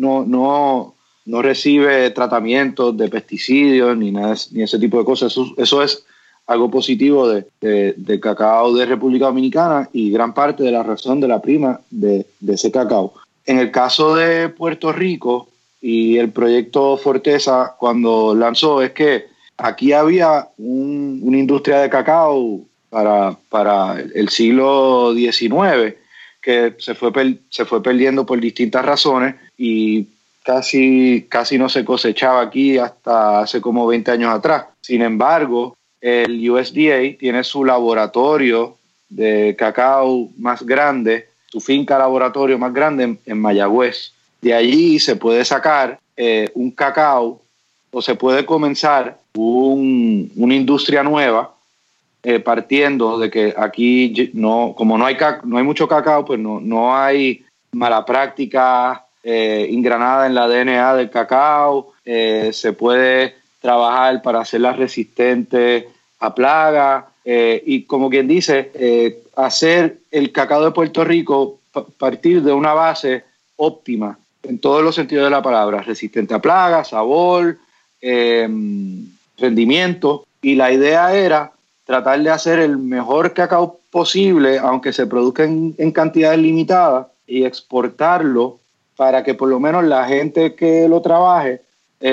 no recibe tratamientos de pesticidios ni nada, ni ese tipo de cosas. Eso es algo positivo del cacao de República Dominicana y gran parte de la razón de la prima de ese cacao. En el caso de Puerto Rico y el proyecto Forteza cuando lanzó es que aquí había una industria de cacao para el siglo XIX que se fue perdiendo por distintas razones y casi no se cosechaba aquí hasta hace como 20 años atrás. Sin embargo, el USDA tiene su laboratorio de cacao más grande, su finca laboratorio más grande en Mayagüez. De allí se puede sacar un cacao o se puede comenzar una industria nueva partiendo de que aquí como no hay mucho cacao, pues no hay mala práctica ingranada en la DNA del cacao, se puede trabajar para hacerla resistente a plaga y como quien dice, hacer el cacao de Puerto Rico partir de una base óptima en todos los sentidos de la palabra, resistente a plagas, sabor, rendimiento, y la idea era tratar de hacer el mejor cacao posible, aunque se produzca en cantidades limitadas, y exportarlo para que por lo menos la gente que lo trabaje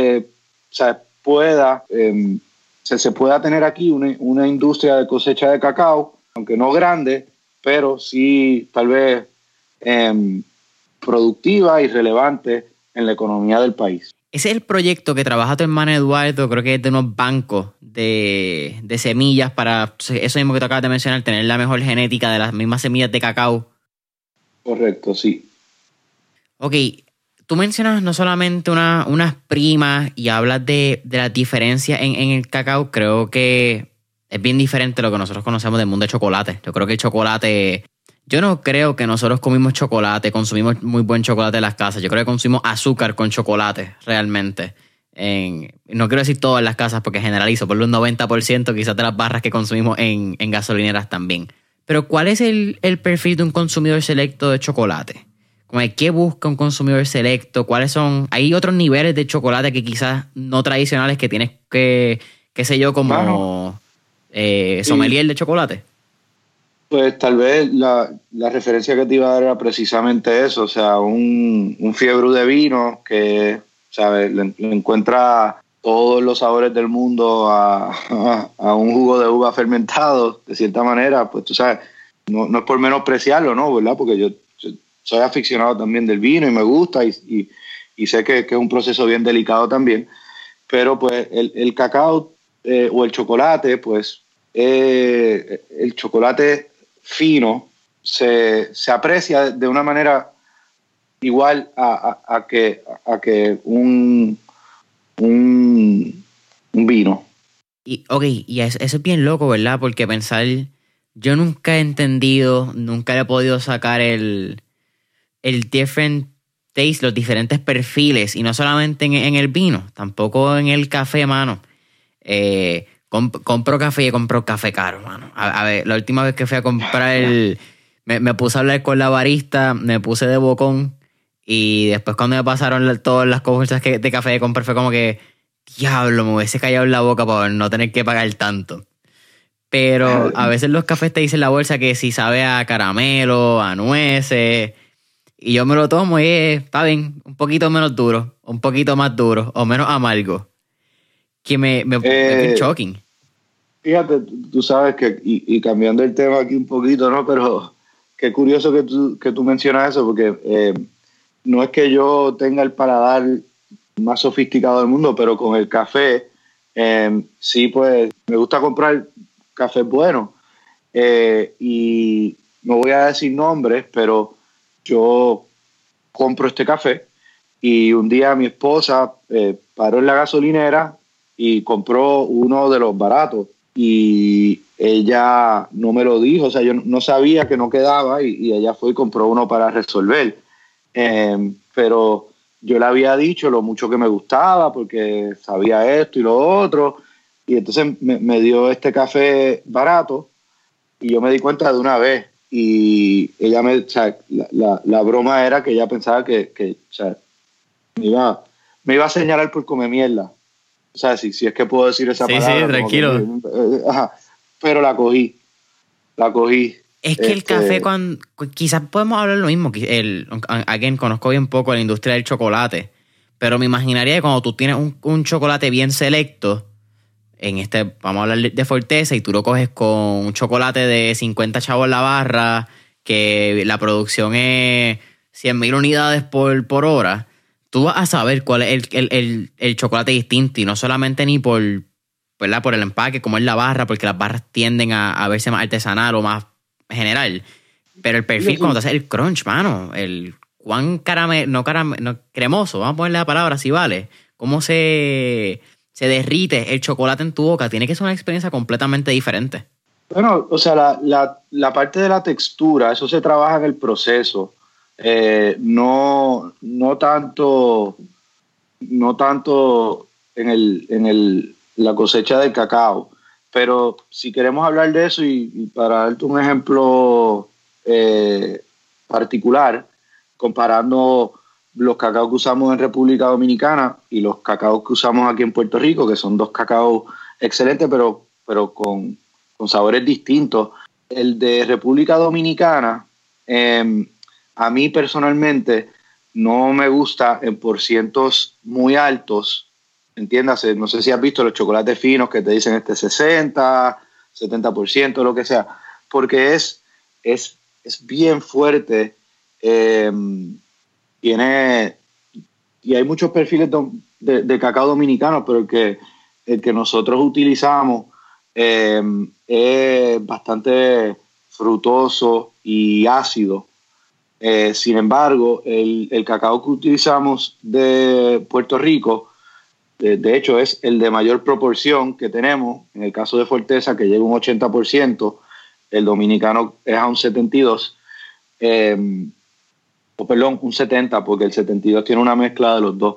se pueda tener aquí una industria de cosecha de cacao, aunque no grande, pero sí tal vez productiva y relevante en la economía del país. Ese es el proyecto que trabaja tu hermano Eduardo, creo que es de unos bancos de semillas para eso mismo que tú acabas de mencionar, tener la mejor genética de las mismas semillas de cacao. Correcto, sí. Ok, tú mencionas no solamente unas primas y hablas de las diferencias en el cacao. Creo que es bien diferente a lo que nosotros conocemos del mundo de chocolate. Yo creo que el chocolate... Yo no creo que nosotros comimos chocolate, consumimos muy buen chocolate en las casas. Yo creo que consumimos azúcar con chocolate, realmente. No quiero decir todas las casas porque generalizo, por un 90% quizás de las barras que consumimos en gasolineras también. Pero ¿cuál es el perfil de un consumidor selecto de chocolate? ¿Qué busca un consumidor selecto? ¿Cuáles son? ¿Hay otros niveles de chocolate que quizás no tradicionales que tienes que, qué sé yo, como sommelier de chocolate? Pues tal vez la referencia que te iba a dar era precisamente eso, o sea, un fiebre de vino que, ¿sabes? Le encuentra todos los sabores del mundo a un jugo de uva fermentado, de cierta manera, pues tú sabes, no es por menospreciarlo, ¿no? ¿Verdad? Porque yo soy aficionado también del vino y me gusta y sé que es un proceso bien delicado también, pero pues el cacao o el chocolate, pues el chocolate fino se aprecia de una manera igual a que un vino. Y eso es bien loco, ¿verdad? Porque pensar, yo nunca he entendido, nunca le he podido sacar el different taste, los diferentes perfiles, y no solamente en el vino, tampoco en el café, mano. Compro café y compro café caro, mano. A ver, la última vez que fui a comprar me puse a hablar con la barista, me puse de bocón, y después cuando me pasaron todas las cosas de café que compré fue como que, diablo, me hubiese callado en la boca para no tener que pagar tanto. Pero a veces los cafés te dicen en la bolsa que si sabe a caramelo, a nueces, y yo me lo tomo y está bien, un poquito menos duro, un poquito más duro, o menos amargo. Que me fue shocking. Fíjate, tú sabes que, y cambiando el tema aquí un poquito, ¿no? Pero qué curioso que tú mencionas eso, porque no es que yo tenga el paladar más sofisticado del mundo, pero con el café, sí, pues me gusta comprar café bueno. Y no voy a decir nombres, pero yo compro este café y un día mi esposa paró en la gasolinera y compró uno de los baratos y ella no me lo dijo, o sea, yo no sabía que no quedaba y ella fue y compró uno para resolver. Pero yo le había dicho lo mucho que me gustaba porque sabía esto y lo otro, y entonces me dio este café barato y yo me di cuenta de una vez, y ella o sea, la broma era que ella pensaba que o sea, me iba a señalar por comer mierda. O sea, si es que puedo decir esa palabra. Sí, tranquilo. Ajá, pero la cogí. Es que el café, quizás podemos hablar lo mismo. Again, conozco bien poco la industria del chocolate, pero me imaginaría que cuando tú tienes un chocolate bien selecto, vamos a hablar de Forteza, y tú lo coges con un chocolate de 50 chavos en la barra, que la producción es 100,000 unidades por hora, tú vas a saber cuál es el chocolate distinto, y no solamente ni ¿verdad? Por el empaque, como es la barra, porque las barras tienden a verse más artesanal o más general, pero el perfil cuando te hace el crunch, mano, el cuán no cremoso, vamos a ponerle la palabra si vale, cómo se derrite el chocolate en tu boca, tiene que ser una experiencia completamente diferente. Bueno, o sea, la parte de la textura, eso se trabaja en el proceso, no tanto en la cosecha del cacao. Pero si queremos hablar de eso y para darte un ejemplo particular, comparando los cacaos que usamos en República Dominicana y los cacaos que usamos aquí en Puerto Rico, que son dos cacaos excelentes, pero con sabores distintos. El de República Dominicana, a mí personalmente no me gusta en porcientos muy altos. Entiéndase, no sé si has visto los chocolates finos que te dicen 60, 70%, lo que sea, porque es bien fuerte. Y hay muchos perfiles de cacao dominicano, pero el que nosotros utilizamos es bastante frutoso y ácido. Sin embargo, el cacao que utilizamos de Puerto Rico, de hecho, es el de mayor proporción que tenemos. En el caso de Forteza, que llega a un 80%, el dominicano es a un 72%, perdón, un 70%, porque el 72% tiene una mezcla de los dos.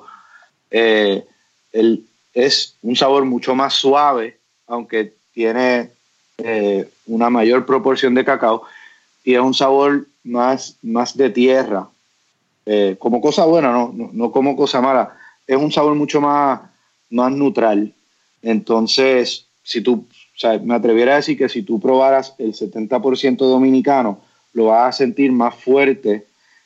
Es un sabor mucho más suave, aunque tiene una mayor proporción de cacao, y es un sabor más de tierra. Como cosa buena, no como cosa mala. Es un sabor mucho más neutral. Entonces, o sea, me atreviera a decir que si tú probaras el 70% dominicano, lo vas a sentir más fuerte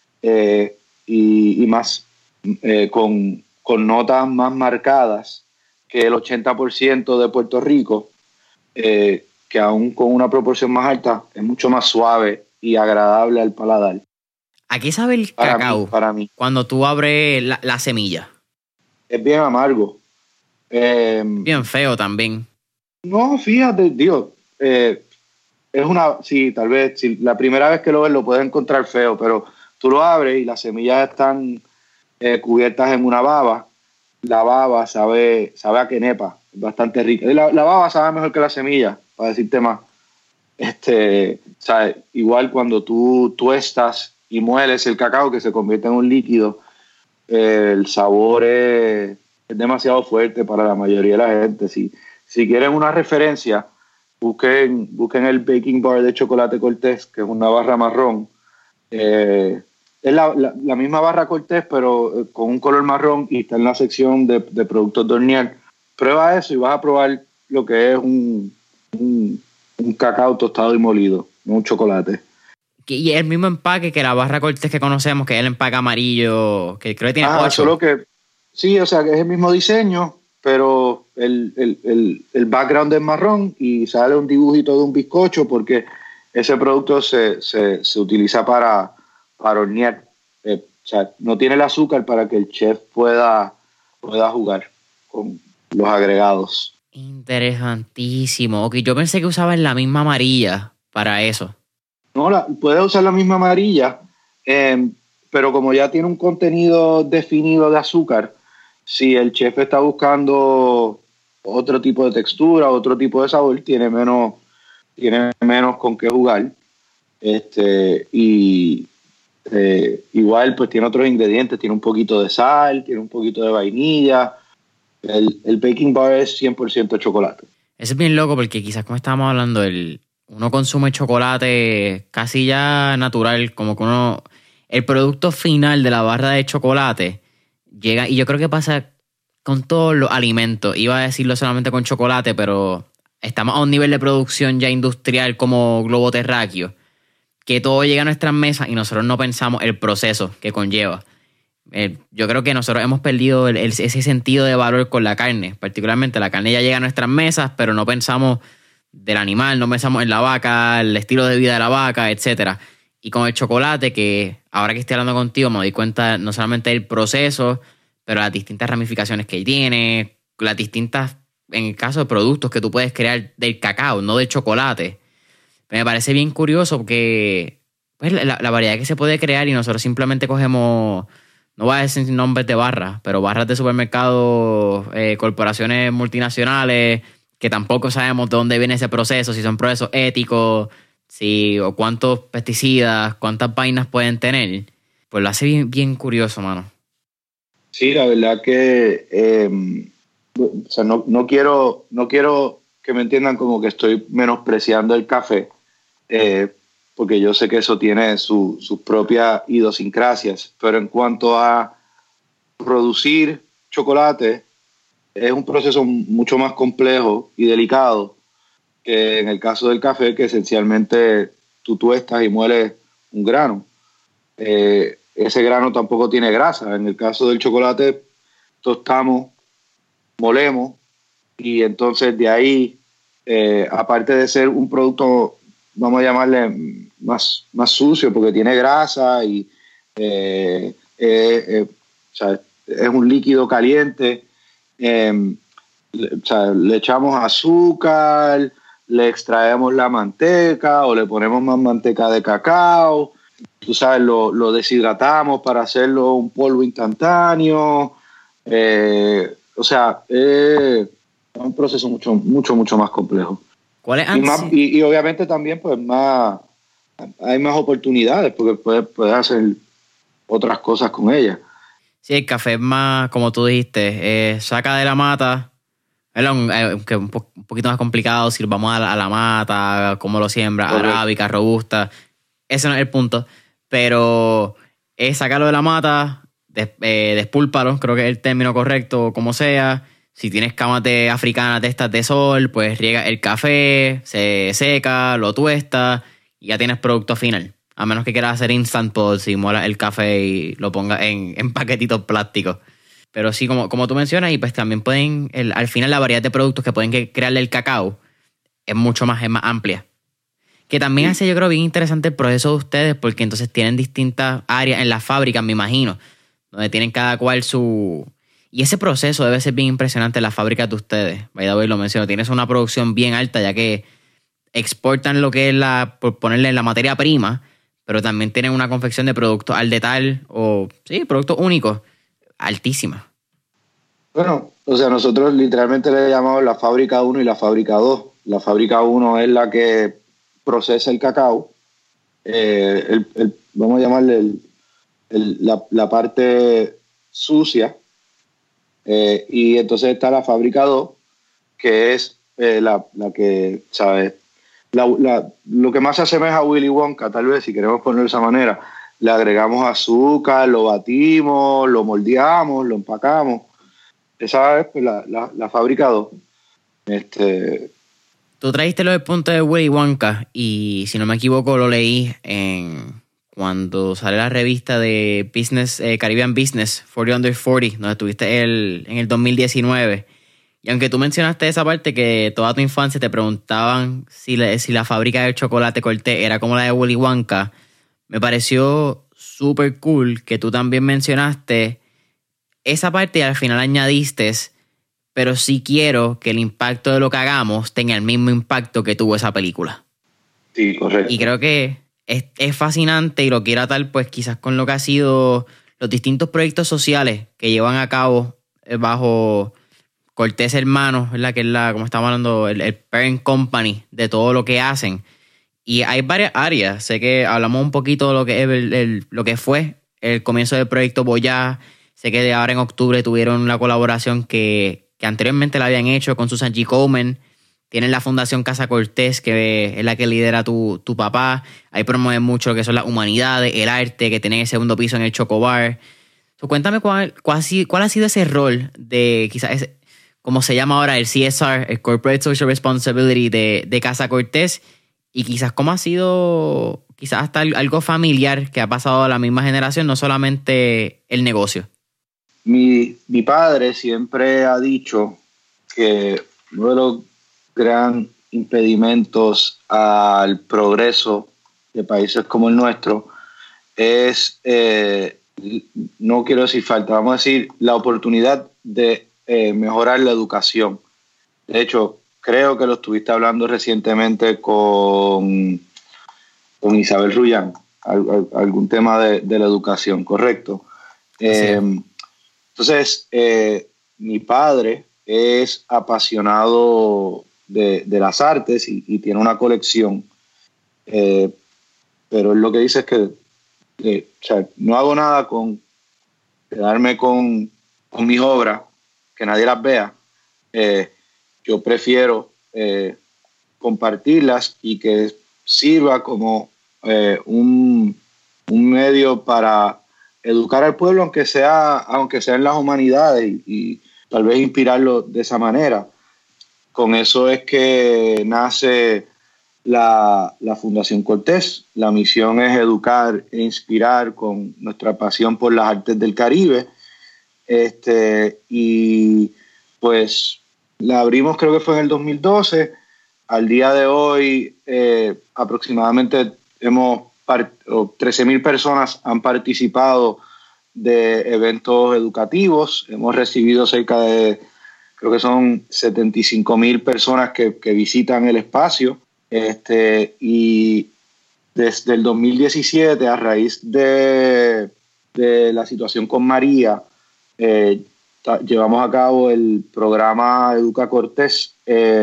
y más con notas más marcadas que el 80% de Puerto Rico, que aún con una proporción más alta es mucho más suave y agradable al paladar. ¿A qué sabe el cacao para mí? Cuando tú abres la semilla? Es bien amargo. Bien feo también. No, fíjate, Dios, sí, tal vez, si la primera vez que lo ves lo puedes encontrar feo, pero tú lo abres y las semillas están cubiertas en una baba. La baba sabe a quenepa, es bastante rica. La baba sabe mejor que la semilla, para decirte más. ¿Sabes? Igual cuando tú tuestas y mueles el cacao, que se convierte en un líquido, el sabor es demasiado fuerte para la mayoría de la gente. Si quieren una referencia, busquen el Baking Bar de Chocolate Cortés, que es una barra marrón. Es la misma barra Cortés, pero con un color marrón, y está en la sección de productos de hornear. Prueba eso y vas a probar lo que es un cacao tostado y molido, no un chocolate. Y el mismo empaque que la barra Cortés que conocemos, que es el empaque amarillo, que creo que tiene 8. Solo que, sí, o sea, que es el mismo diseño, pero el background es marrón y sale un dibujito de un bizcocho, porque ese producto se utiliza para hornear. O sea, no tiene el azúcar para que el chef pueda jugar con los agregados. Interesantísimo. Ok, yo pensé que usaban la misma amarilla para eso. No, puedes usar la misma amarilla, pero como ya tiene un contenido definido de azúcar, si el chef está buscando otro tipo de textura, otro tipo de sabor, tiene menos con qué jugar. Igual pues tiene otros ingredientes, tiene un poquito de sal, tiene un poquito de vainilla. El Baking Bar es 100% chocolate. Eso es bien loco porque quizás como estábamos hablando, uno consume chocolate casi ya natural, como que el producto final de la barra de chocolate llega, y yo creo que pasa con todos los alimentos. Iba a decirlo solamente con chocolate, pero estamos a un nivel de producción ya industrial como globo terráqueo, que todo llega a nuestras mesas y nosotros no pensamos el proceso que conlleva. Yo creo que nosotros hemos perdido ese sentido de valor con la carne. Particularmente la carne ya llega a nuestras mesas, pero no pensamos del animal, no pensamos en la vaca, el estilo de vida de la vaca, etcétera. Y con el chocolate, que ahora que estoy hablando contigo me doy cuenta no solamente del proceso, pero las distintas ramificaciones que tiene, las distintas, en el caso de productos que tú puedes crear del cacao, no del chocolate. Me parece bien curioso porque pues, la variedad que se puede crear, y nosotros simplemente cogemos, no voy a decir nombres de barras, pero barras de supermercados, corporaciones multinacionales, que tampoco sabemos de dónde viene ese proceso, si son procesos éticos, o cuántos pesticidas, cuántas vainas pueden tener. Pues lo hace bien, bien curioso, mano. Sí, la verdad que o sea, no quiero que me entiendan como que estoy menospreciando el café, porque yo sé que eso tiene sus propias idiosincrasias, pero en cuanto a producir chocolate, es un proceso mucho más complejo y delicado que en el caso del café, que esencialmente tú tuestas y mueles un grano. Ese grano tampoco tiene grasa. En el caso del chocolate, tostamos, molemos, y entonces de ahí, aparte de ser un producto, vamos a llamarle más sucio, porque tiene grasa y o sea, es un líquido caliente, o sea, le echamos azúcar, le extraemos la manteca o le ponemos más manteca de cacao, tú sabes, lo deshidratamos para hacerlo un polvo instantáneo. O sea, es un proceso mucho más complejo. ¿Cuál es y obviamente también pues hay más oportunidades, porque puedes hacer otras cosas con ella. Sí, el café es más, como tú dijiste, saca de la mata, que un poquito más complicado si vamos a la mata, cómo lo siembra, correcto, arábica, robusta. Ese no es el punto, pero es sacarlo de la mata, despúlpalo, creo que es el término correcto, como sea. Si tienes camas africanas de estas de sol, pues riega el café, se seca, lo tuesta y ya tienes producto final. A menos que quieras hacer instant pods y molas el café y lo pongas en paquetitos plásticos. Pero sí, como tú mencionas, y pues también pueden, al final la variedad de productos que pueden crearle el cacao es más amplia. Que también hace, yo creo, bien interesante el proceso de ustedes, porque entonces tienen distintas áreas en las fábricas, me imagino, donde tienen cada cual su... Y ese proceso debe ser bien impresionante en las fábricas de ustedes. By the way, lo menciono, tienes una producción bien alta, ya que exportan lo que es por ponerle la materia prima, pero también tienen una confección de productos al detalle, productos únicos, altísima. Bueno, o sea, nosotros literalmente le llamamos la fábrica 1 y la fábrica 2. La fábrica 1 es la que procesa el cacao. Vamos a llamarle la parte sucia, y entonces está la fábrica 2, que es la que, ¿sabes? Lo que más se asemeja a Willy Wonka, tal vez, si queremos ponerlo de esa manera. Le agregamos azúcar, lo batimos, lo moldeamos, lo empacamos. Esa es pues, la fábrica 2. Tú trajiste lo del punto de Willy Wonka y, si no me equivoco, lo leí cuando sale la revista de Business, Caribbean Business 40 Under 40, donde estuviste en el 2019. Y aunque tú mencionaste esa parte que toda tu infancia te preguntaban si la fábrica de chocolate Cortés era como la de Willy Wonka, me pareció súper cool que tú también mencionaste esa parte y al final añadiste, pero sí quiero que el impacto de lo que hagamos tenga el mismo impacto que tuvo esa película. Sí, correcto. Y creo que es fascinante y lo quiero atar pues quizás con lo que ha sido los distintos proyectos sociales que llevan a cabo bajo Cortés Hermanos, ¿verdad? Que es como estamos hablando, el parent company de todo lo que hacen. Y hay varias áreas. Sé que hablamos un poquito de lo que es lo que fue el comienzo del proyecto Boyá. Sé que ahora en octubre tuvieron la colaboración que anteriormente la habían hecho con Susan G. Komen. Tienen la Fundación Casa Cortés, que es la que lidera tu papá. Ahí promueven mucho lo que son las humanidades, el arte, que tienen el segundo piso en el Chocobar. Cuéntame cuál ha sido ese rol de quizás como se llama ahora el CSR, el Corporate Social Responsibility de Casa Cortés, y quizás cómo ha sido quizás hasta algo familiar que ha pasado a la misma generación, no solamente el negocio. Mi padre siempre ha dicho que uno de los grandes impedimentos al progreso de países como el nuestro es, no quiero decir falta, vamos a decir la oportunidad de mejorar la educación. De hecho, creo que lo estuviste hablando recientemente con Isabel Rullán, algún tema de la educación, ¿correcto? Entonces, mi padre es apasionado de las artes y tiene una colección, pero él lo que dice es que o sea, no hago nada con quedarme con mis obras, que nadie las vea. Yo prefiero compartirlas y que sirva como un medio para educar al pueblo, aunque sea en las humanidades, y tal vez inspirarlo de esa manera. Con eso es que nace la Fundación Cortés. La misión es educar e inspirar con nuestra pasión por las artes del Caribe. Y pues la abrimos, creo que fue en el 2012. Al día de hoy, aproximadamente 13,000 personas han participado de eventos educativos. Hemos recibido cerca de, creo que son 75,000 personas que visitan el espacio. Y desde el 2017, a raíz de la situación con María, llevamos a cabo el programa Educa Cortés,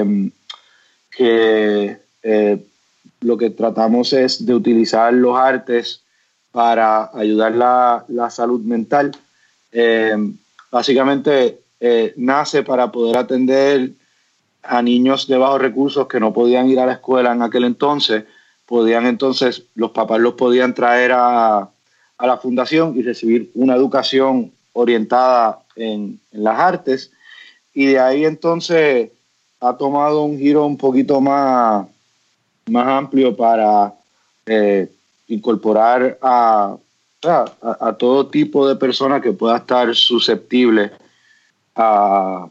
que lo que tratamos es de utilizar los artes para ayudar la salud mental. Básicamente nace para poder atender a niños de bajos recursos que no podían ir a la escuela en aquel entonces. Los papás los podían traer a la fundación y recibir una educación orientada en las artes, y de ahí entonces ha tomado un giro un poquito más amplio para incorporar a todo tipo de personas que pueda estar susceptible a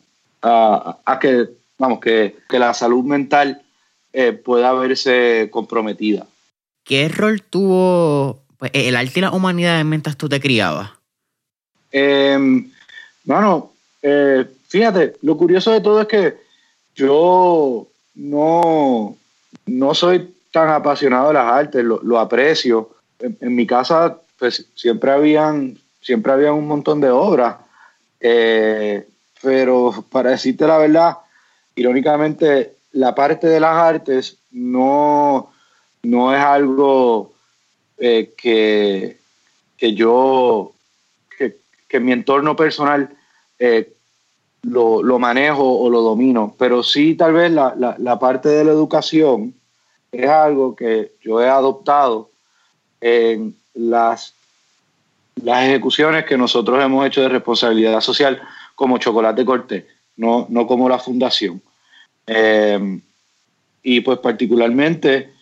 que la salud mental pueda verse comprometida. ¿Qué rol tuvo pues, el arte y la humanidad mientras tú te criabas? Fíjate, lo curioso de todo es que yo no soy tan apasionado de las artes, lo aprecio. En mi casa pues siempre había un montón de obras, pero para decirte la verdad, irónicamente, la parte de las artes no es algo que yo que en mi entorno personal lo manejo o lo domino, pero sí tal vez la parte de la educación es algo que yo he adoptado en las ejecuciones que nosotros hemos hecho de responsabilidad social como Chocolate Cortés, no como la fundación. Y pues particularmente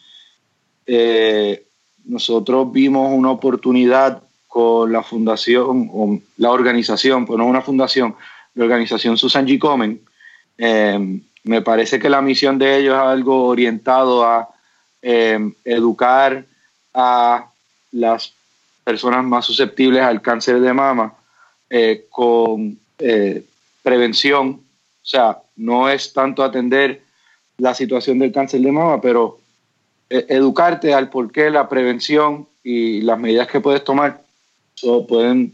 nosotros vimos una oportunidad con la fundación, o la organización, pues no una fundación, la organización Susan G. Komen. Me parece que la misión de ellos es algo orientado a educar a las personas más susceptibles al cáncer de mama con prevención. O sea, no es tanto atender la situación del cáncer de mama, pero educarte al por qué la prevención y las medidas que puedes tomar pueden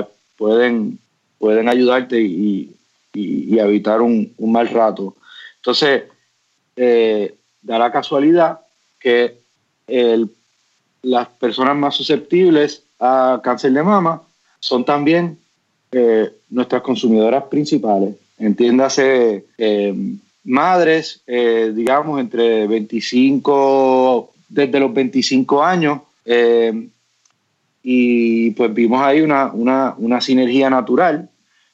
ayudarte y evitar un mal rato. Entonces, da la casualidad que las personas más susceptibles a cáncer de mama son también nuestras consumidoras principales. Entiéndase, madres, digamos, desde los 25 años, y pues vimos ahí una sinergia natural,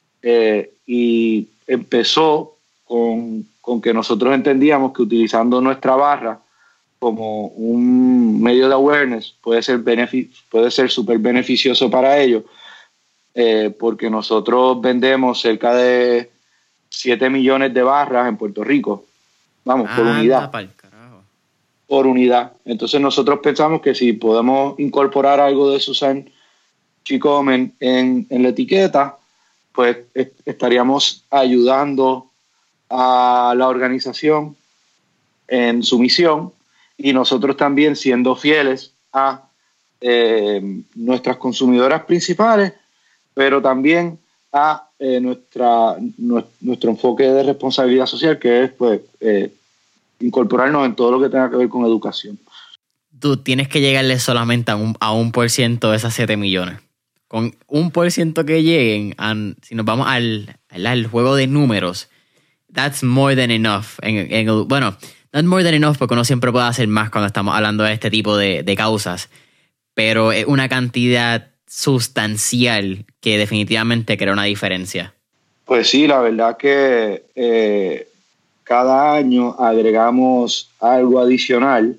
y empezó con que nosotros entendíamos que utilizando nuestra barra como un medio de awareness puede ser súper beneficioso para ellos, porque nosotros vendemos cerca de 7 millones de barras en Puerto Rico, vamos, por unidad. Por unidad. Entonces nosotros pensamos que si podemos incorporar algo de Susan G. Komen en la etiqueta, pues estaríamos ayudando a la organización en su misión, y nosotros también siendo fieles a nuestras consumidoras principales, pero también a nuestro enfoque de responsabilidad social, que es pues incorporarnos en todo lo que tenga que ver con educación. Tú tienes que llegarle solamente a 1% de esas 7 millones. Con 1% que lleguen, si nos vamos al juego de números, that's more than enough. Bueno, not more than enough porque uno siempre puede hacer más cuando estamos hablando de este tipo de causas, pero es una cantidad sustancial que definitivamente crea una diferencia. Pues sí, la verdad que cada año agregamos algo adicional,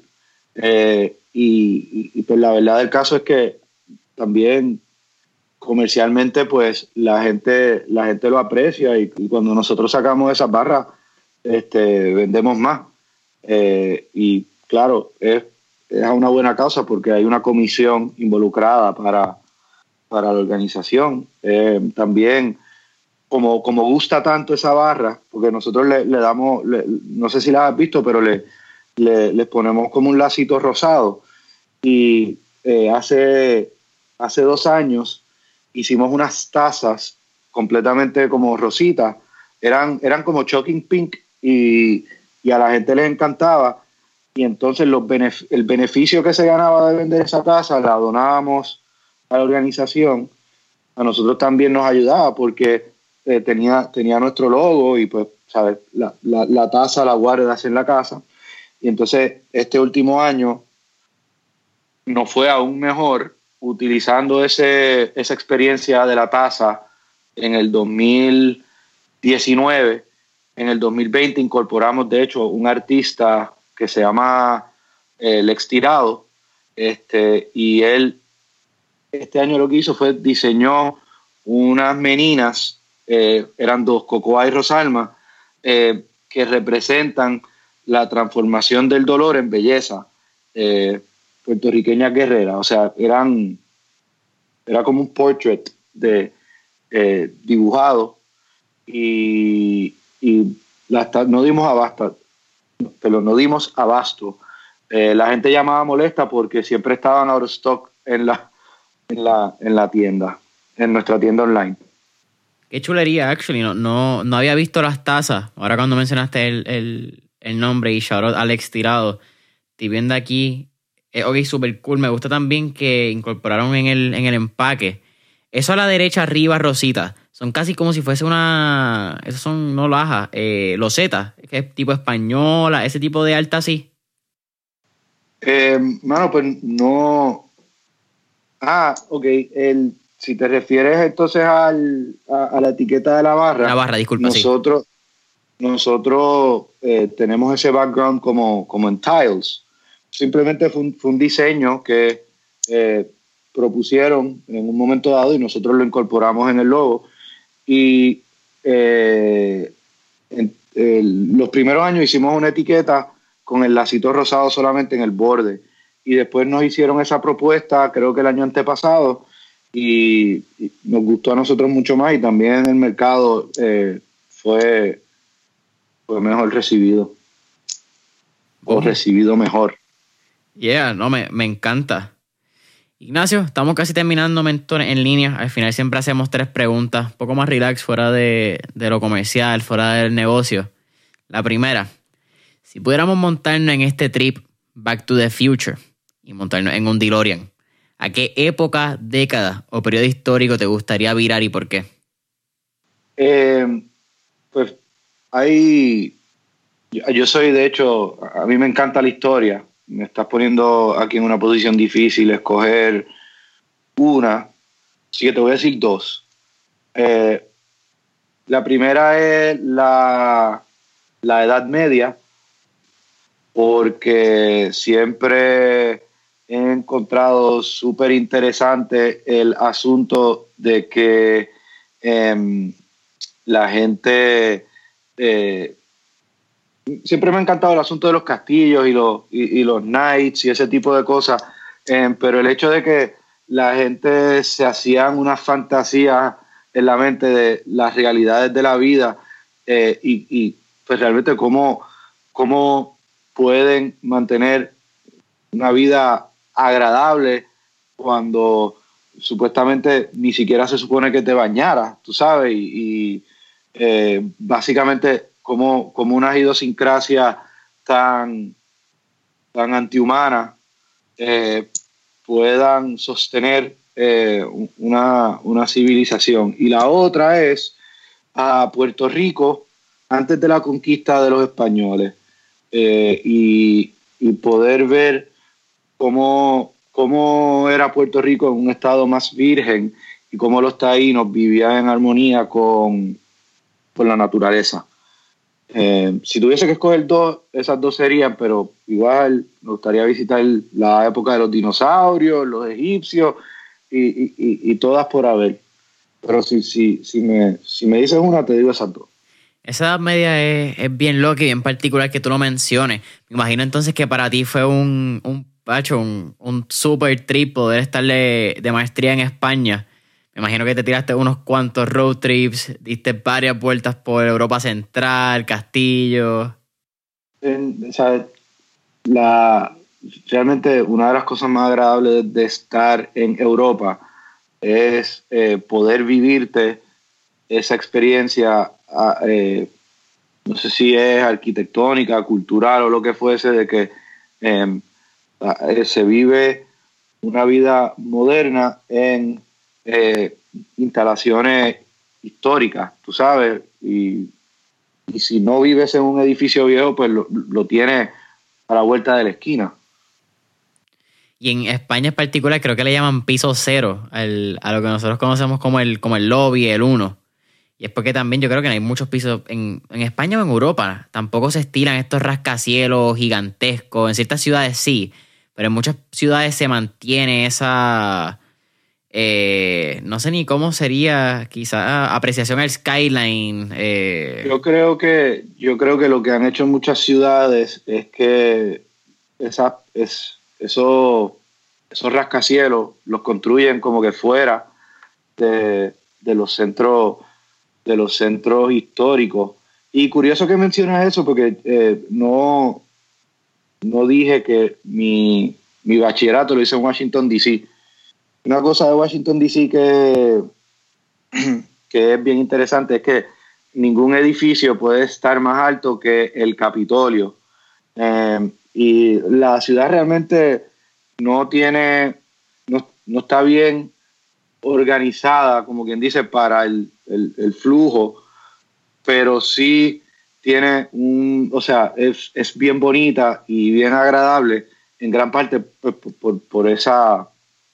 y pues la verdad del caso es que también comercialmente pues la gente lo aprecia, y cuando nosotros sacamos esas barras vendemos más, y claro, es a una buena causa porque hay una comisión involucrada para la organización. También como gusta tanto esa barra, porque nosotros le damos, no sé si la has visto, pero les ponemos como un lacito rosado, y hace 2 años hicimos unas tazas completamente como rositas, eran como shocking pink, y a la gente les encantaba, y entonces el beneficio que se ganaba de vender esa taza la donábamos a la organización. A nosotros también nos ayudaba porque tenía nuestro logo, y pues, ¿sabes? La taza la guardas en la casa, y entonces este último año nos fue aún mejor utilizando esa experiencia de la taza en el 2019. En el 2020 incorporamos, de hecho, un artista que se llama Lex Tirado, y él este año lo que hizo fue diseñó unas meninas, eran 2, Cocoa y Rosalma, que representan la transformación del dolor en belleza, puertorriqueña guerrera. O sea, era como un portrait dibujado, y no dimos abasto. La gente llamaba molesta porque siempre estaban out of stock en la tienda, en nuestra tienda online. Qué chulería, actually. No había visto las tazas. Ahora cuando mencionaste el nombre, y shout out Alex Tirado, estoy viendo aquí. Ok, super cool. Me gusta también que incorporaron en el empaque Eso a la derecha arriba, rosita, son casi como si fuese una... Esos son, no lajas, losetas, que es tipo española, ese tipo de alta así. Mano, pues no... Ah, ok. Si te refieres entonces a la etiqueta de la barra, Disculpa, sí. Nosotros tenemos ese background como en tiles. Simplemente fue un diseño que propusieron en un momento dado y nosotros lo incorporamos en el logo. Y los primeros años hicimos una etiqueta con el lacito rosado solamente en el borde. Y después nos hicieron esa propuesta, creo que el año antepasado, y nos gustó a nosotros mucho más y también en el mercado fue mejor recibido. O recibido mejor. Yeah, no, me encanta. Ignacio, estamos casi terminando Mentores en Línea. Al final siempre hacemos 3 preguntas, un poco más relax, fuera de lo comercial, fuera del negocio. La primera, si pudiéramos montarnos en este trip Back to the Future y montarnos en un DeLorean, ¿a qué época, década o periodo histórico te gustaría virar y por qué? Pues yo soy, de hecho, a mí me encanta la historia. Me estás poniendo aquí en una posición difícil, escoger una. Así que te voy a decir 2. La primera es la Edad Media, porque siempre he encontrado súper interesante el asunto de que la gente... siempre me ha encantado el asunto de los castillos y los knights y ese tipo de cosas, pero el hecho de que la gente se hacían unas fantasías en la mente de las realidades de la vida y pues realmente cómo pueden mantener una vida agradable cuando supuestamente ni siquiera se supone que te bañaras, tú sabes, básicamente como una idiosincrasia tan antihumana puedan sostener una civilización. Y la otra es a Puerto Rico antes de la conquista de los españoles y poder ver cómo era Puerto Rico en un estado más virgen y cómo los taínos vivían en armonía con la naturaleza. Si tuviese que escoger esas dos serían, pero igual me gustaría visitar la época de los dinosaurios, los egipcios y todas por haber. Pero si me dices una, te digo esas 2. Esa edad media es bien loca y bien particular que tú lo menciones. Me imagino entonces que para ti fue un super trip poder estar de maestría en España. Me imagino que te tiraste unos cuantos road trips, diste varias vueltas por Europa Central, castillos. Realmente una de las cosas más agradables de estar en Europa es poder vivirte esa experiencia, no sé si es arquitectónica, cultural o lo que fuese, de que se vive una vida moderna en instalaciones históricas, tú sabes, y si no vives en un edificio viejo, pues lo tienes a la vuelta de la esquina. Y en España en particular creo que le llaman piso cero a lo que nosotros conocemos como el lobby, el 1. Y es porque también yo creo que no hay muchos pisos en España o en Europa. Tampoco se estilan estos rascacielos gigantescos. En ciertas ciudades sí, pero en muchas ciudades se mantiene esa... no sé ni cómo sería, quizá apreciación al skyline. Yo creo que lo que han hecho en muchas ciudades es que esos rascacielos los construyen como que fuera de los centros históricos. Y curioso que mencionas eso porque no dije que mi bachillerato lo hice en Washington, D.C. Una cosa de Washington, D.C. que es bien interesante es que ningún edificio puede estar más alto que el Capitolio. Y la ciudad realmente no está bien organizada, como quien dice, para el flujo, pero sí tiene o sea, es bien bonita y bien agradable, en gran parte por esa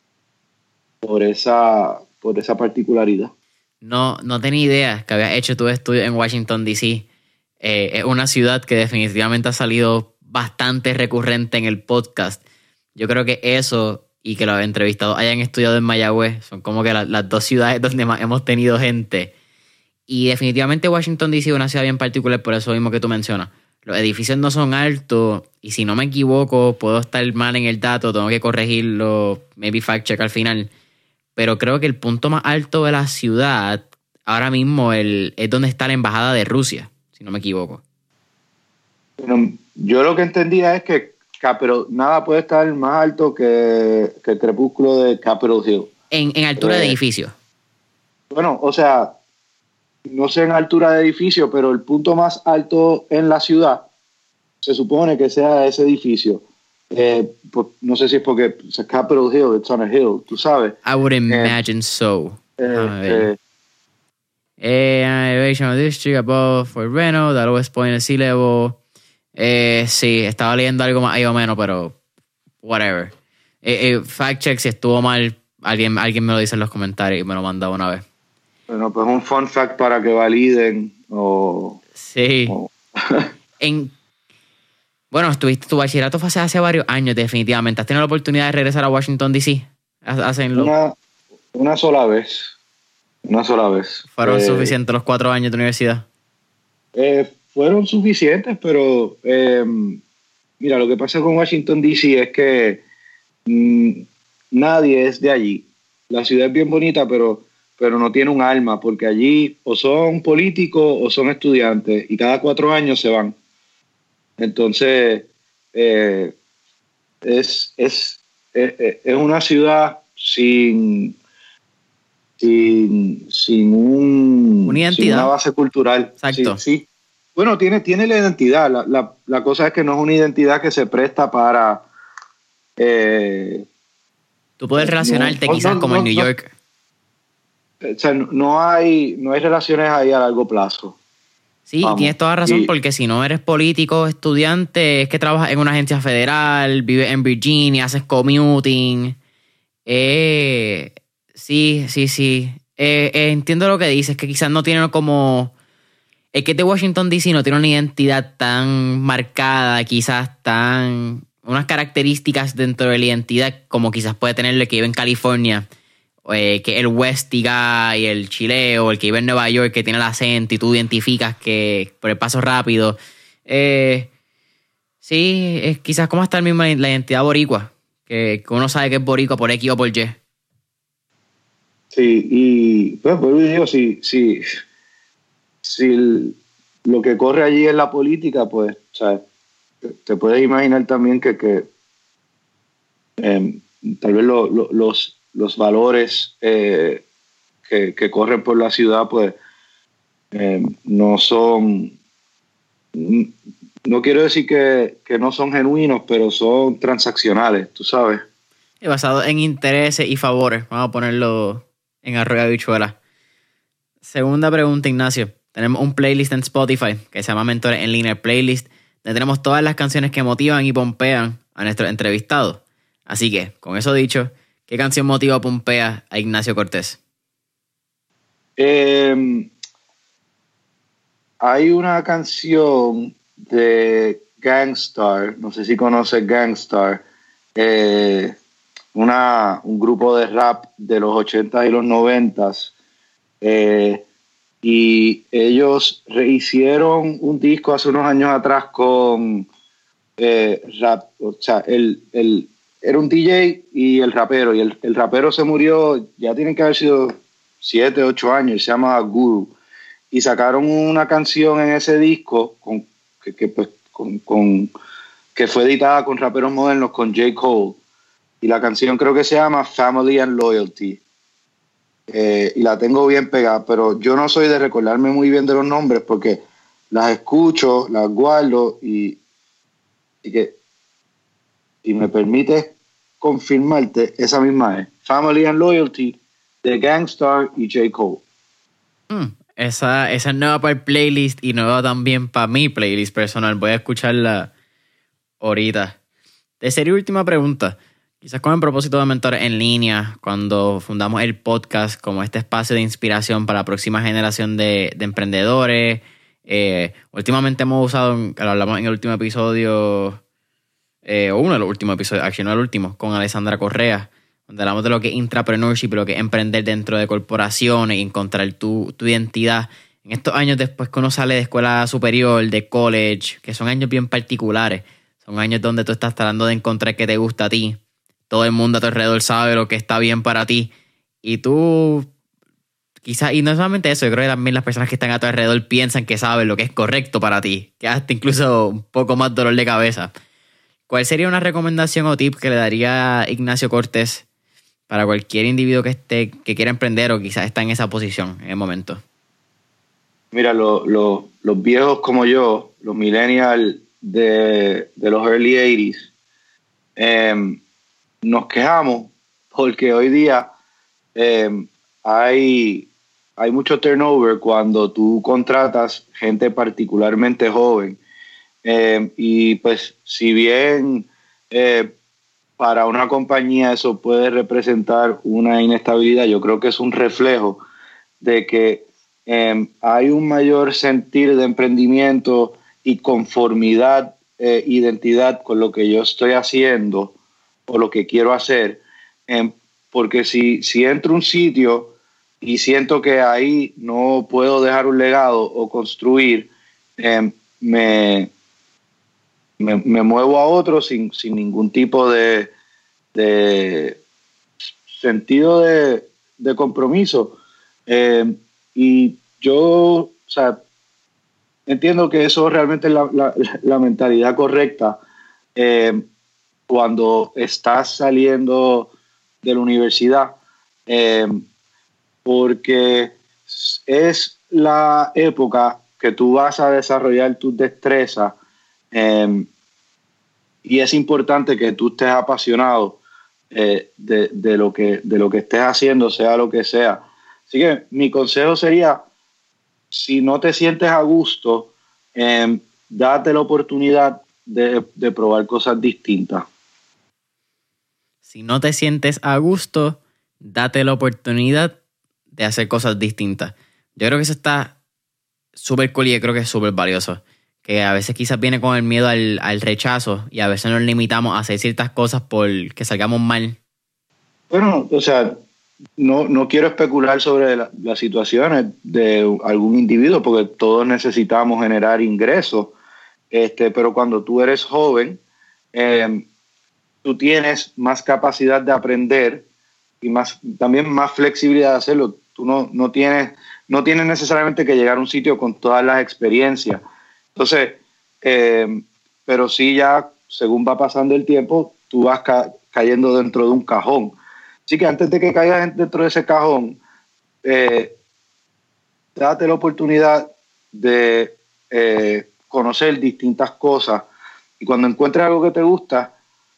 particularidad. No tenía idea que habías hecho tu estudio en Washington, D.C. Es una ciudad que definitivamente ha salido bastante recurrente en el podcast. Yo creo que eso y que los entrevistados hayan estudiado en Mayagüez son como que las dos ciudades donde más hemos tenido gente. Y definitivamente Washington, D.C. es una ciudad bien particular por eso mismo que tú mencionas. Los edificios no son altos y si no me equivoco, puedo estar mal en el dato, tengo que corregirlo, maybe fact check al final. Pero creo que el punto más alto de la ciudad ahora mismo es donde está la embajada de Rusia, si no me equivoco. Bueno, yo lo que entendía es que nada puede estar más alto que el crepúsculo de Capitol Hill. En altura de edificio. Bueno, o sea, no sé en altura de edificio, pero el punto más alto en la ciudad se supone que sea ese edificio. Pues, no sé si es porque es Capitol Hill, it's on a hill, tú sabes. I would imagine so. Elevation of district above Fort Reno, the lowest point of sea level. Sí, estaba leyendo algo más ahí o menos, pero whatever. Fact check si estuvo mal, alguien me lo dice en los comentarios y me lo manda una vez. Bueno, pues un fun fact para que validen Sí. Bueno, tu bachillerato fue hace varios años, definitivamente. ¿Has tenido la oportunidad de regresar a Washington, D.C.? Una sola vez. Una sola vez. ¿Fueron suficientes los 4 años de universidad? Fueron suficientes, pero mira, lo que pasa con Washington, D.C. es que nadie es de allí. La ciudad es bien bonita, pero no tiene un alma, porque allí o son políticos o son estudiantes, y cada 4 años se van. Entonces, es una ciudad sin una identidad. Sin una base cultural. Exacto. Sí. Bueno, tiene la identidad. La cosa es que no es una identidad que se presta para... Tú puedes relacionarte quizás como en New York. O sea, no hay relaciones ahí a largo plazo. Sí, tienes toda razón, porque si no eres político, estudiante, es que trabajas en una agencia federal, vives en Virginia, haces commuting. Sí. Entiendo lo que dices, que quizás no tienen como... Es que de Washington, D.C. no tiene una identidad tan marcada, quizás unas características dentro de la identidad como quizás puede tener el que vive en California, que el Westie Guy, el chileo, el que vive en Nueva York, que tiene el acento y tú identificas que por el paso rápido. Sí, es quizás como está el mismo la identidad boricua, que uno sabe que es boricua por X o por Y. Sí, y pues yo digo, si lo que corre allí es la política, pues, ¿sabes? Te puedes imaginar también que tal vez los valores que corren por la ciudad, pues, no son... No quiero decir que no son genuinos, pero son transaccionales, tú sabes. Y basado en intereses y favores. Vamos a ponerlo en arroyo de habichuela. Segunda pregunta, Ignacio. Tenemos un playlist en Spotify que se llama Mentores en Línea Playlist, donde tenemos todas las canciones que motivan y pompean a nuestros entrevistados. Así que, con eso dicho, ¿qué canción motiva o pompea a Ignacio Cortés? Hay una canción de Gang Starr, no sé si conoces Gang Starr, un grupo de rap de los 80 y los 90, y ellos rehicieron un disco hace unos años atrás con rap, o sea, era un DJ y el rapero, y el rapero se murió, ya tienen que haber sido 7, 8 años, se llama Guru, y sacaron una canción en ese disco que fue editada con raperos modernos, con J. Cole, y la canción creo que se llama Family and Loyalty, y la tengo bien pegada, pero yo no soy de recordarme muy bien de los nombres porque las escucho, las guardo y me permite confirmarte, esa misma es Family and Loyalty The Gang Starr y J. Cole. Esa es nueva para el playlist y nueva también para mi playlist personal. Voy a escucharla ahorita. Tercera y última pregunta. Quizás con el propósito de Mentores en Línea, cuando fundamos el podcast como este espacio de inspiración para la próxima generación de emprendedores. Últimamente hemos usado, lo hablamos en el último episodio, o uno de los últimos episodios, actually no el último, con Alessandra Correa, donde hablamos de lo que es intrapreneurship, lo que es emprender dentro de corporaciones y encontrar tu identidad. En estos años después que uno sale de escuela superior, de college, que son años bien particulares, son años donde tú estás tratando de encontrar qué te gusta a ti. Todo el mundo a tu alrededor sabe lo que está bien para ti. Y tú, quizás, y no solamente eso, yo creo que también las personas que están a tu alrededor piensan que saben lo que es correcto para ti. Que hasta incluso un poco más dolor de cabeza. ¿Cuál sería una recomendación o tip que le daría Ignacio Cortés para cualquier individuo que quiera emprender o quizás está en esa posición en el momento? Mira, los viejos como yo, los millennials de los early 80s, nos quejamos porque hoy día hay mucho turnover cuando tú contratas gente particularmente joven. Y pues si bien para una compañía eso puede representar una inestabilidad, yo creo que es un reflejo de que hay un mayor sentir de emprendimiento y conformidad, identidad con lo que yo estoy haciendo o lo que quiero hacer, porque si entro a un sitio y siento que ahí no puedo dejar un legado o construir, me muevo a otro sin ningún tipo de sentido de compromiso. Y yo, o sea, entiendo que eso realmente es la mentalidad correcta cuando estás saliendo de la universidad, porque es la época que tú vas a desarrollar tus destrezas, y es importante que tú estés apasionado de lo que estés haciendo, sea lo que sea. Así que mi consejo sería, si no te sientes a gusto, date la oportunidad de probar cosas distintas. Si no te sientes a gusto, date la oportunidad de hacer cosas distintas. Yo creo que eso está súper cool y yo creo que es súper valioso. Que a veces quizás viene con el miedo al rechazo y a veces nos limitamos a hacer ciertas cosas por que salgamos mal. Bueno, o sea, no quiero especular sobre las situaciones de algún individuo porque todos necesitamos generar ingresos, pero cuando tú eres joven, tú tienes más capacidad de aprender y también más flexibilidad de hacerlo. Tú no tienes necesariamente que llegar a un sitio con todas las experiencias. Entonces, pero sí ya, según va pasando el tiempo, tú vas cayendo dentro de un cajón. Así que antes de que caigas dentro de ese cajón, date la oportunidad de conocer distintas cosas. Y cuando encuentres algo que te gusta,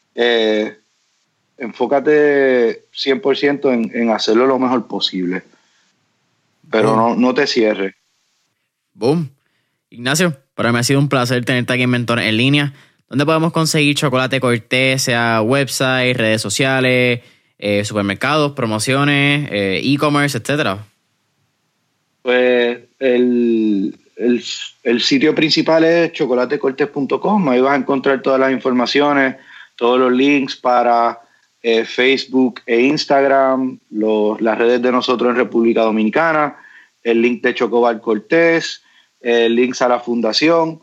enfócate 100% en hacerlo lo mejor posible. Pero no te cierres. Boom. Ignacio, para mí ha sido un placer tenerte aquí en Mentores en Línea. ¿Dónde podemos conseguir Chocolate Cortés? Sea website, redes sociales, supermercados, promociones, e-commerce, etcétera. Pues el sitio principal es chocolatecortés.com. Ahí vas a encontrar todas las informaciones, todos los links para Facebook e Instagram, las redes de nosotros en República Dominicana, el link de Chocobar Cortés, links a la fundación.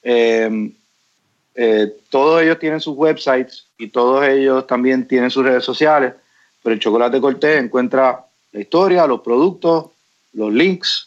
Todos ellos tienen sus websites y todos ellos también tienen sus redes sociales, pero en Chocolate Cortés encuentra la historia, los productos, los links,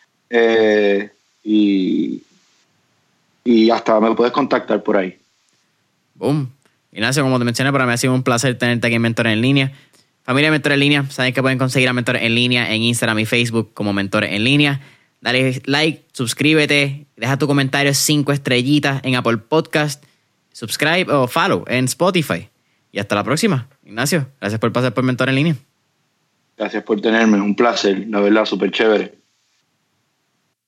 y hasta me puedes contactar por ahí. Boom. Ignacio, como te mencioné, para mí ha sido un placer tenerte aquí en Mentores en Línea. Familia de Mentores en Línea, saben que pueden conseguir a Mentores en Línea en Instagram y Facebook como Mentores en Línea. Dale like, suscríbete, deja tu comentario 5 estrellitas en Apple Podcast, subscribe o follow en Spotify. Y hasta la próxima. Ignacio, gracias por pasar por Mentores en Línea. Gracias por tenerme, un placer, la verdad, súper chévere.